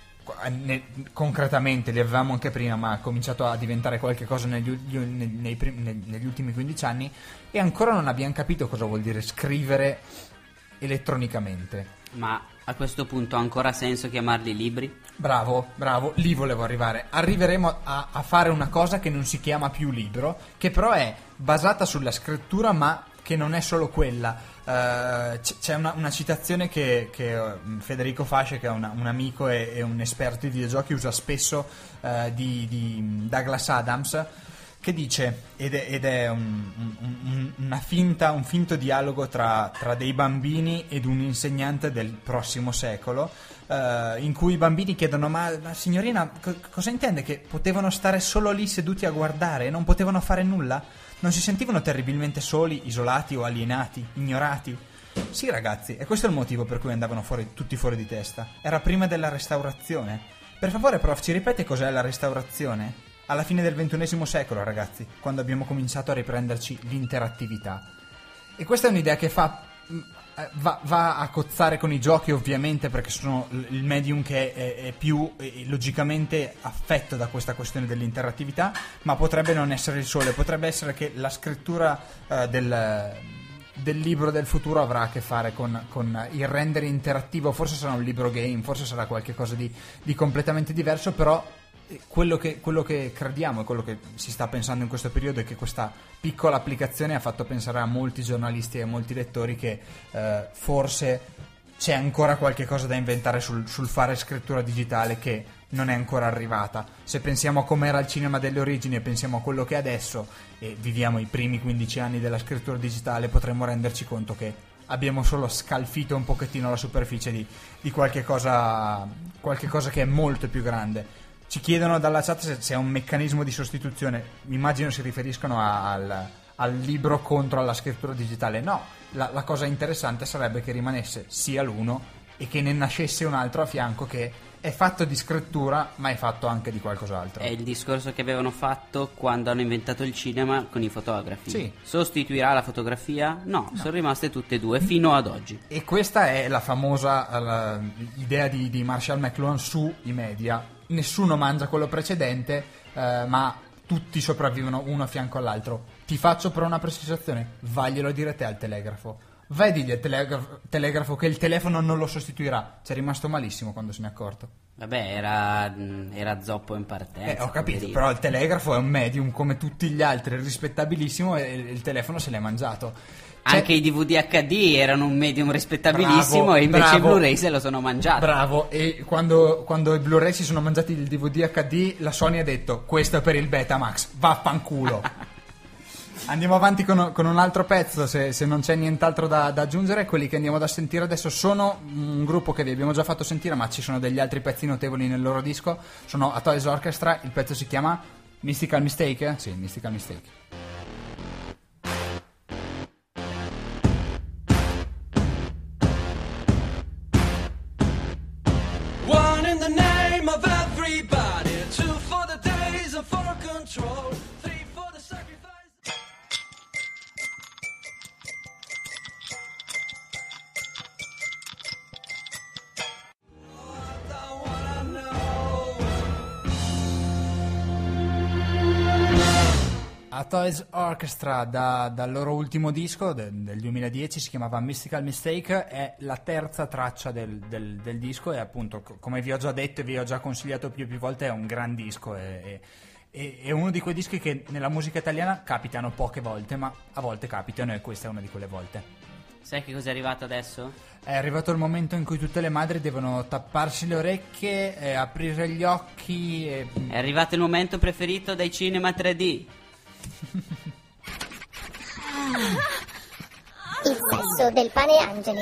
concretamente li avevamo anche prima, ma ha cominciato a diventare qualche cosa negli ultimi 15 anni, e ancora non abbiamo capito cosa vuol dire scrivere elettronicamente. Ma a questo punto ha ancora senso chiamarli libri? Bravo, lì volevo arrivare. Arriveremo a fare una cosa che non si chiama più libro, che però è basata sulla scrittura, ma che non è solo quella. C'è una citazione che Federico Fasce, che è un amico e un esperto di videogiochi, usa spesso, di Douglas Adams, che dice, ed è un finto dialogo tra dei bambini ed un insegnante del prossimo secolo, in cui i bambini chiedono: ma signorina, cosa intende? Che potevano stare solo lì seduti a guardare e non potevano fare nulla? Non si sentivano terribilmente soli, isolati o alienati, ignorati? Sì, ragazzi, e questo è il motivo per cui andavano tutti fuori di testa. Era prima della restaurazione. Per favore, prof, ci ripete cos'è la restaurazione? Alla fine del XXI secolo, ragazzi, quando abbiamo cominciato a riprenderci l'interattività. E questa è un'idea che fa va a cozzare con i giochi, ovviamente, perché sono il medium che è più logicamente affetto da questa questione dell'interattività, ma potrebbe non essere il sole, potrebbe essere che la scrittura del libro del futuro avrà a che fare con il rendere interattivo. Forse sarà un libro game, forse sarà qualcosa di completamente diverso, però quello che crediamo e quello che si sta pensando in questo periodo è che questa piccola applicazione ha fatto pensare a molti giornalisti e a molti lettori che forse c'è ancora qualche cosa da inventare sul fare scrittura digitale che non è ancora arrivata. Se pensiamo a com'era il cinema delle origini e pensiamo a quello che è adesso e viviamo i primi 15 anni della scrittura digitale, potremmo renderci conto che abbiamo solo scalfito un pochettino la superficie di qualche cosa che è molto più grande. Ci chiedono dalla chat se è un meccanismo di sostituzione. Immagino si riferiscono al libro contro alla scrittura digitale. No, la cosa interessante sarebbe che rimanesse sia l'uno e che ne nascesse un altro a fianco che è fatto di scrittura ma è fatto anche di qualcos'altro. È il discorso che avevano fatto quando hanno inventato il cinema con i fotografi. Sì. Sostituirà la fotografia? No, sono rimaste tutte e due fino ad oggi. E questa è la famosa idea di Marshall McLuhan sui media. Nessuno mangia quello precedente, ma tutti sopravvivono uno a fianco all'altro. Ti faccio però una precisazione: vaglielo dire te al telegrafo. Vai a dirgli al telegrafo che il telefono non lo sostituirà. C'è rimasto malissimo quando se ne è accorto. Vabbè, era zoppo in partenza. Ho capito, però il telegrafo è un medium come tutti gli altri, rispettabilissimo, e il telefono se l'è mangiato. Anche i DVD HD erano un medium rispettabilissimo, bravo, e invece i Blu-ray se lo sono mangiati. Bravo, e quando i Blu-ray si sono mangiati il DVD HD, la Sony ha detto: questo è per il Betamax, vaffanculo. Andiamo avanti con un altro pezzo, se non c'è nient'altro da aggiungere. Quelli che andiamo ad sentire adesso sono un gruppo che vi abbiamo già fatto sentire, ma ci sono degli altri pezzi notevoli nel loro disco. Sono A Toys Orchestra, il pezzo si chiama Mystical Mistake? Sì, Mystical Mistake. One in the name of everybody, two for the days and for control, three for the sacrifice. A Toys Orchestra dal loro ultimo disco del 2010, si chiamava Mystical Mistake, è la terza traccia del disco e appunto, come vi ho già detto e vi ho già consigliato più volte, è un gran disco, è uno di quei dischi che nella musica italiana capitano poche volte, ma a volte capitano, e questa è una di quelle volte. Sai che cosa è arrivato adesso? È arrivato il momento in cui tutte le madri devono tapparsi le orecchie, aprire gli occhi e... È arrivato il momento preferito dai cinema 3D. Il sesso del pane angeli.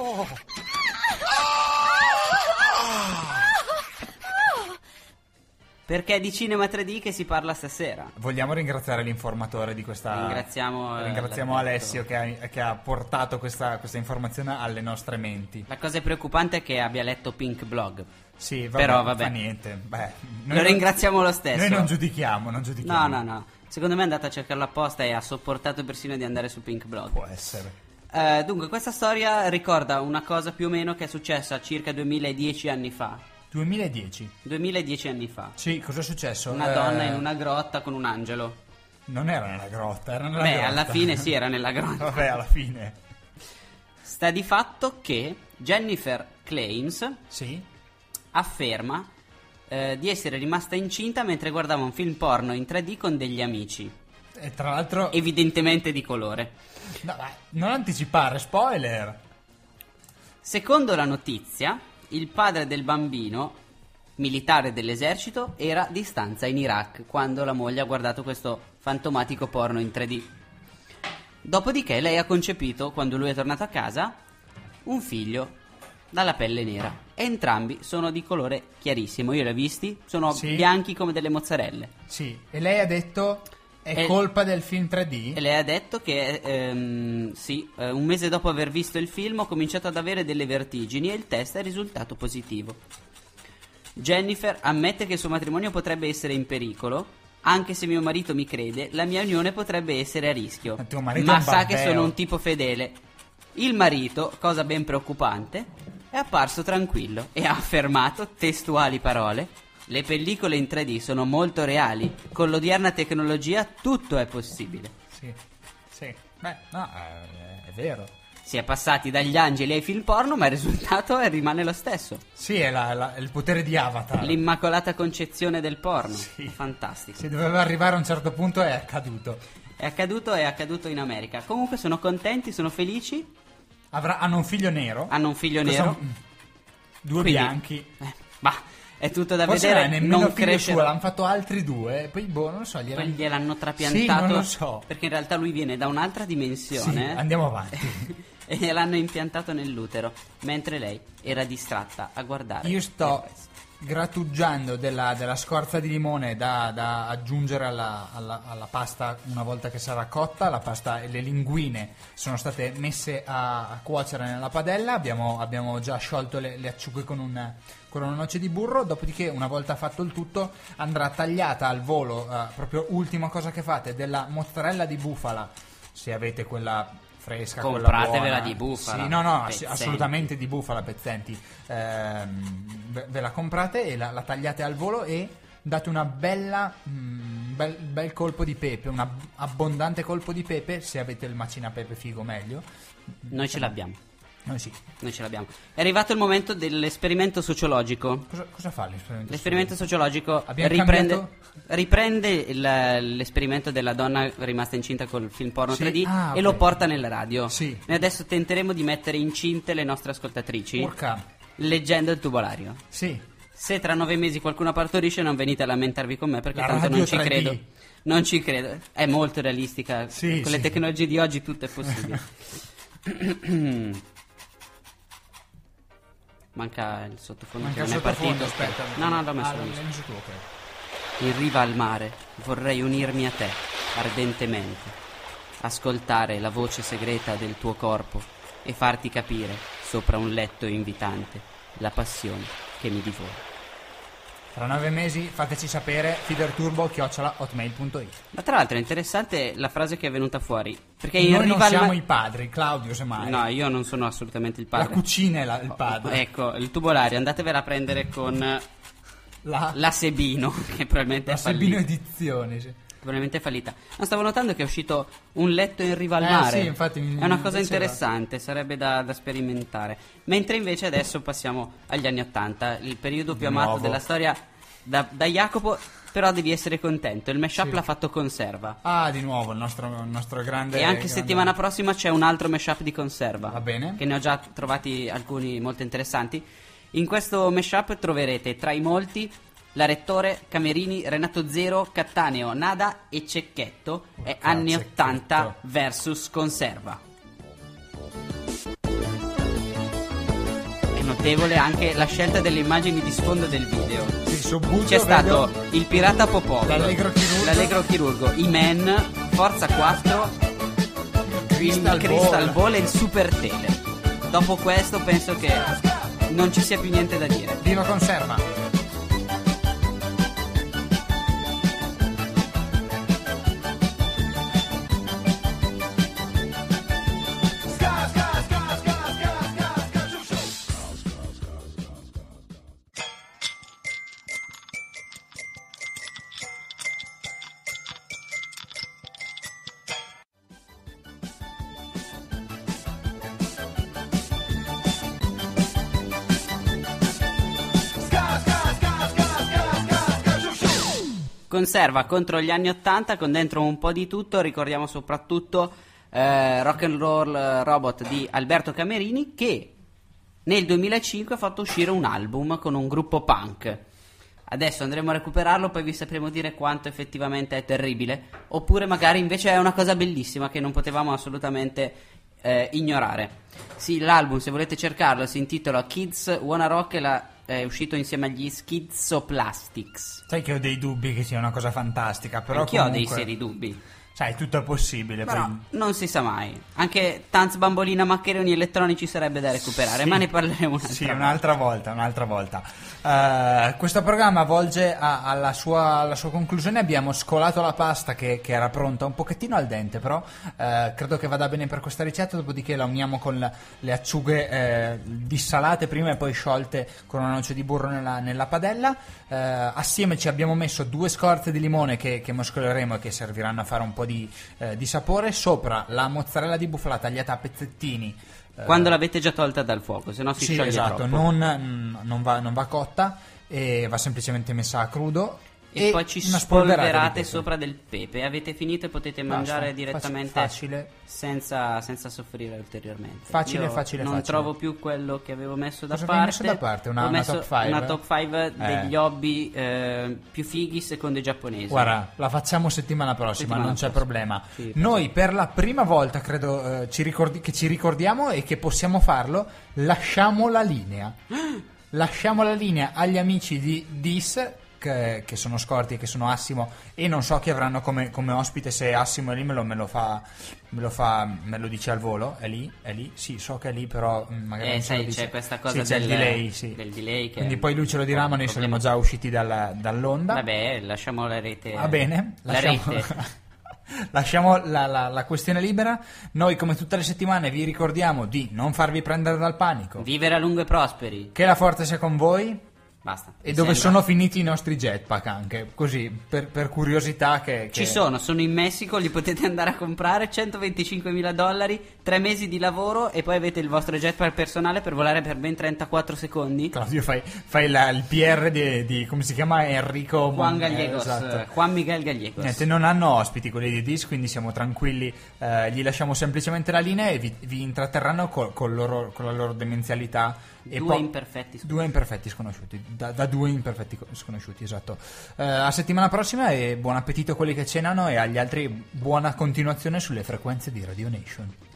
Perché è di cinema 3D che si parla stasera. Vogliamo ringraziare l'informatore di questa... Ringraziamo Alessio che ha portato questa informazione alle nostre menti. La cosa preoccupante è che abbia letto Pink Blog. Sì, però vabbè. Fa niente. Lo ringraziamo lo stesso. Noi non giudichiamo. No. Secondo me è andato a cercarlo apposta e ha sopportato persino di andare su Pink Blog. Può essere. Dunque, questa storia ricorda una cosa più o meno che è successa circa 2010 anni fa. 2010 anni fa. Sì, cosa è successo? Una donna in una grotta con un angelo. Non era nella grotta, era nella grotta. Alla fine sì, era nella grotta. Vabbè, alla fine. Sta di fatto che Jennifer claims, sì, afferma di essere rimasta incinta mentre guardava un film porno in 3D con degli amici. E tra l'altro... evidentemente di colore. No, non anticipare, spoiler. Secondo la notizia, il padre del bambino, militare dell'esercito, era di stanza in Iraq quando la moglie ha guardato questo fantomatico porno in 3D. Dopodiché lei ha concepito, quando lui è tornato a casa, un figlio dalla pelle nera. Entrambi sono di colore chiarissimo. Io li ho visti, sono bianchi come delle mozzarelle. Sì, e lei ha detto è colpa del film 3D? E lei ha detto che un mese dopo aver visto il film ho cominciato ad avere delle vertigini e il test è risultato positivo. Jennifer ammette che il suo matrimonio potrebbe essere in pericolo. Anche se mio marito mi crede, la mia unione potrebbe essere a rischio. Ma sa che sono un tipo fedele. Il marito, cosa ben preoccupante, è apparso tranquillo e ha affermato, testuali parole: le pellicole in 3D sono molto reali, con l'odierna tecnologia tutto è possibile. Sì. Beh, no, è vero. Si è passati dagli angeli ai film porno, ma il risultato rimane lo stesso. Sì, è il potere di Avatar. L'immacolata concezione del porno. Sì. Fantastico. Se doveva arrivare a un certo punto è accaduto. È accaduto in America. Comunque sono contenti, sono felici. Hanno un figlio nero. Hanno un figlio nero. Due Quindi, bianchi. È tutto da Forse vedere. nemmeno Non figlio cresce. suo, l'hanno fatto altri due. Poi non lo so. Poi gliel'hanno trapiantato. Sì, non lo so. Perché in realtà lui viene da un'altra dimensione. Sì, andiamo avanti. E gliel'hanno impiantato nell'utero. Mentre lei era distratta a guardare. Io sto grattugiando della scorza di limone da aggiungere alla pasta una volta che sarà cotta. La pasta e le linguine sono state messe a cuocere nella padella. Abbiamo già sciolto le acciughe con una noce di burro. Dopodiché, una volta fatto il tutto, andrà tagliata al volo, proprio ultima cosa che fate, della mozzarella di bufala, se avete quella fresca, compratevela di bufala. Sì, no, pezzenti. assolutamente di bufala, pezzenti. Ve la comprate e la tagliate al volo e date una bella bel colpo di pepe, un abbondante colpo di pepe. Se avete il macinapepe figo, meglio. Noi ce l'abbiamo. Noi sì. Noi ce l'abbiamo. È arrivato il momento dell'esperimento sociologico. Cosa fa l'esperimento? L'esperimento sociologico Abbiamo riprende l'esperimento della donna rimasta incinta col film porno 3D e lo porta nella radio. Sì. Noi adesso tenteremo di mettere incinte le nostre ascoltatrici Urca. leggendo il tubolario. Sì. Se tra 9 mesi qualcuno partorisce, non venite a lamentarvi con me, perché La tanto radio non ci 3D. credo. Non ci credo. È molto realistica. Sì, Con le sì. tecnologie di oggi tutto è possibile. Manca il sottofondo. Manca che il non è sottofondo, partito. aspetta. No, l'ho messo. l'hai l'ho messo. messo tu, ok. In riva al mare vorrei unirmi a te ardentemente, ascoltare la voce segreta del tuo corpo e farti capire, sopra un letto invitante, la passione che mi divora. Tra 9 mesi fateci sapere, feederturbo@hotmail.it. Ma tra l'altro è interessante la frase che è venuta fuori, perché Noi in non riva al siamo mare... i padri, Claudio semmai. No, io non sono assolutamente il La padre. cucina è il padre. Ecco, il tubolario, andatevela a prendere con La la Sebino, che probabilmente è Sabino fallita. edizione, sì. Probabilmente è fallita. No, stavo notando che è uscito un letto in riva al Eh, mare. sì, infatti è una mi cosa piaceva. interessante, sarebbe da sperimentare. Mentre invece adesso passiamo agli anni '80, il periodo più amato Nuovo. della storia da Jacopo. Però devi essere contento, il mashup Sì. l'ha fatto Conserva. Ah, di nuovo il nostro grande. E anche grande- settimana prossima c'è un altro mashup di Conserva. Va bene. Che ne ho già trovati alcuni molto interessanti. In questo mashup troverete tra i molti la Rettore, Camerini, Renato Zero, Cattaneo, Nada e Cecchetto. È anni Cecchetto. 80 versus Conserva. È notevole anche la scelta delle immagini di sfondo del video. Sì, Subbuglio, C'è stato vedo- il Pirata Popov, L'Allegro Chirurgo. I Men, Forza 4, il Crystal Ball e il Super Tele. Dopo questo penso che non ci sia più niente da dire. Viva Conserva. Conserva contro gli anni 80 con dentro un po' di tutto. Ricordiamo soprattutto Rock and Roll Robot di Alberto Camerini, che nel 2005 ha fatto uscire un album con un gruppo punk. Adesso andremo a recuperarlo, poi vi sapremo dire quanto effettivamente è terribile, oppure magari invece è una cosa bellissima che non potevamo assolutamente ignorare. Sì, l'album, se volete cercarlo, si intitola Kids Wanna Rock e è uscito insieme agli Schizoplastics. Sai che ho dei dubbi che sia una cosa fantastica, però Anch'io ho dei comunque- seri dubbi. Sai, tutto è possibile. Però poi... non si sa mai. Anche Tanz Bambolina Maccheroni elettronici sarebbe da recuperare, Sì. ma ne parleremo un'altra volta. Questo programma volge alla sua conclusione. Abbiamo scolato la pasta che era pronta, un pochettino al dente, però credo che vada bene per questa ricetta. Dopodiché la uniamo con le acciughe dissalate prima e poi sciolte con una noce di burro nella padella. Assieme ci abbiamo messo 2 scorze di limone che mescoleremo e che serviranno a fare un po' di sapore. Sopra la mozzarella di bufala tagliata a pezzettini. Quando l'avete già tolta dal fuoco, se no si scioglie esatto, troppo. non va cotta e va semplicemente messa a crudo. E poi ci una spolverata di spolverate pepe. sopra del pepe. Avete finito e potete Basta, mangiare direttamente facile. senza soffrire ulteriormente. Facile, Io facile, non facile. trovo più quello che avevo messo da Cosa parte. avevi messo da parte? Ho Una messo top 5? una top 5 degli hobby più fighi secondo i giapponesi. Guarda, la facciamo settimana prossima, non c'è problema. Sì, Noi per la prima volta credo ci ricordiamo e che possiamo farlo, lasciamo la linea. Lasciamo la linea agli amici di Dis che sono Scorti e che sono Assimo, e non so chi avranno come ospite. Se Assimo è lì me lo dice al volo. È lì? Sì, so che è lì, però magari non sai, ce lo dice. c'è questa cosa c'è del delay, del delay che quindi poi lui ce lo dirà, ma noi saremo già usciti dall'onda. Vabbè, lasciamo la rete. Va bene, la rete. Lasciamo la questione libera. Noi come tutte le settimane vi ricordiamo di non farvi prendere dal panico, Vivere a lungo e prosperi. che la forza sia con voi. Basta. E dove sono finiti i nostri jetpack, anche così per curiosità che... Ci sono in Messico, li potete andare a comprare. $125.000, 3 mesi di lavoro e poi avete il vostro jetpack personale per volare per ben 34 secondi. Claudio, fai il PR di come si chiama, Enrico Juan Gallegos, esatto. Juan Miguel Gallegos. Niente, non hanno ospiti quelli di Dis, quindi siamo tranquilli, gli lasciamo semplicemente la linea e vi intratterranno con la loro demenzialità. E Due imperfetti sconosciuti, da 2 imperfetti sconosciuti, esatto. A settimana prossima e buon appetito a quelli che cenano, e agli altri buona continuazione sulle frequenze di Radio Nation.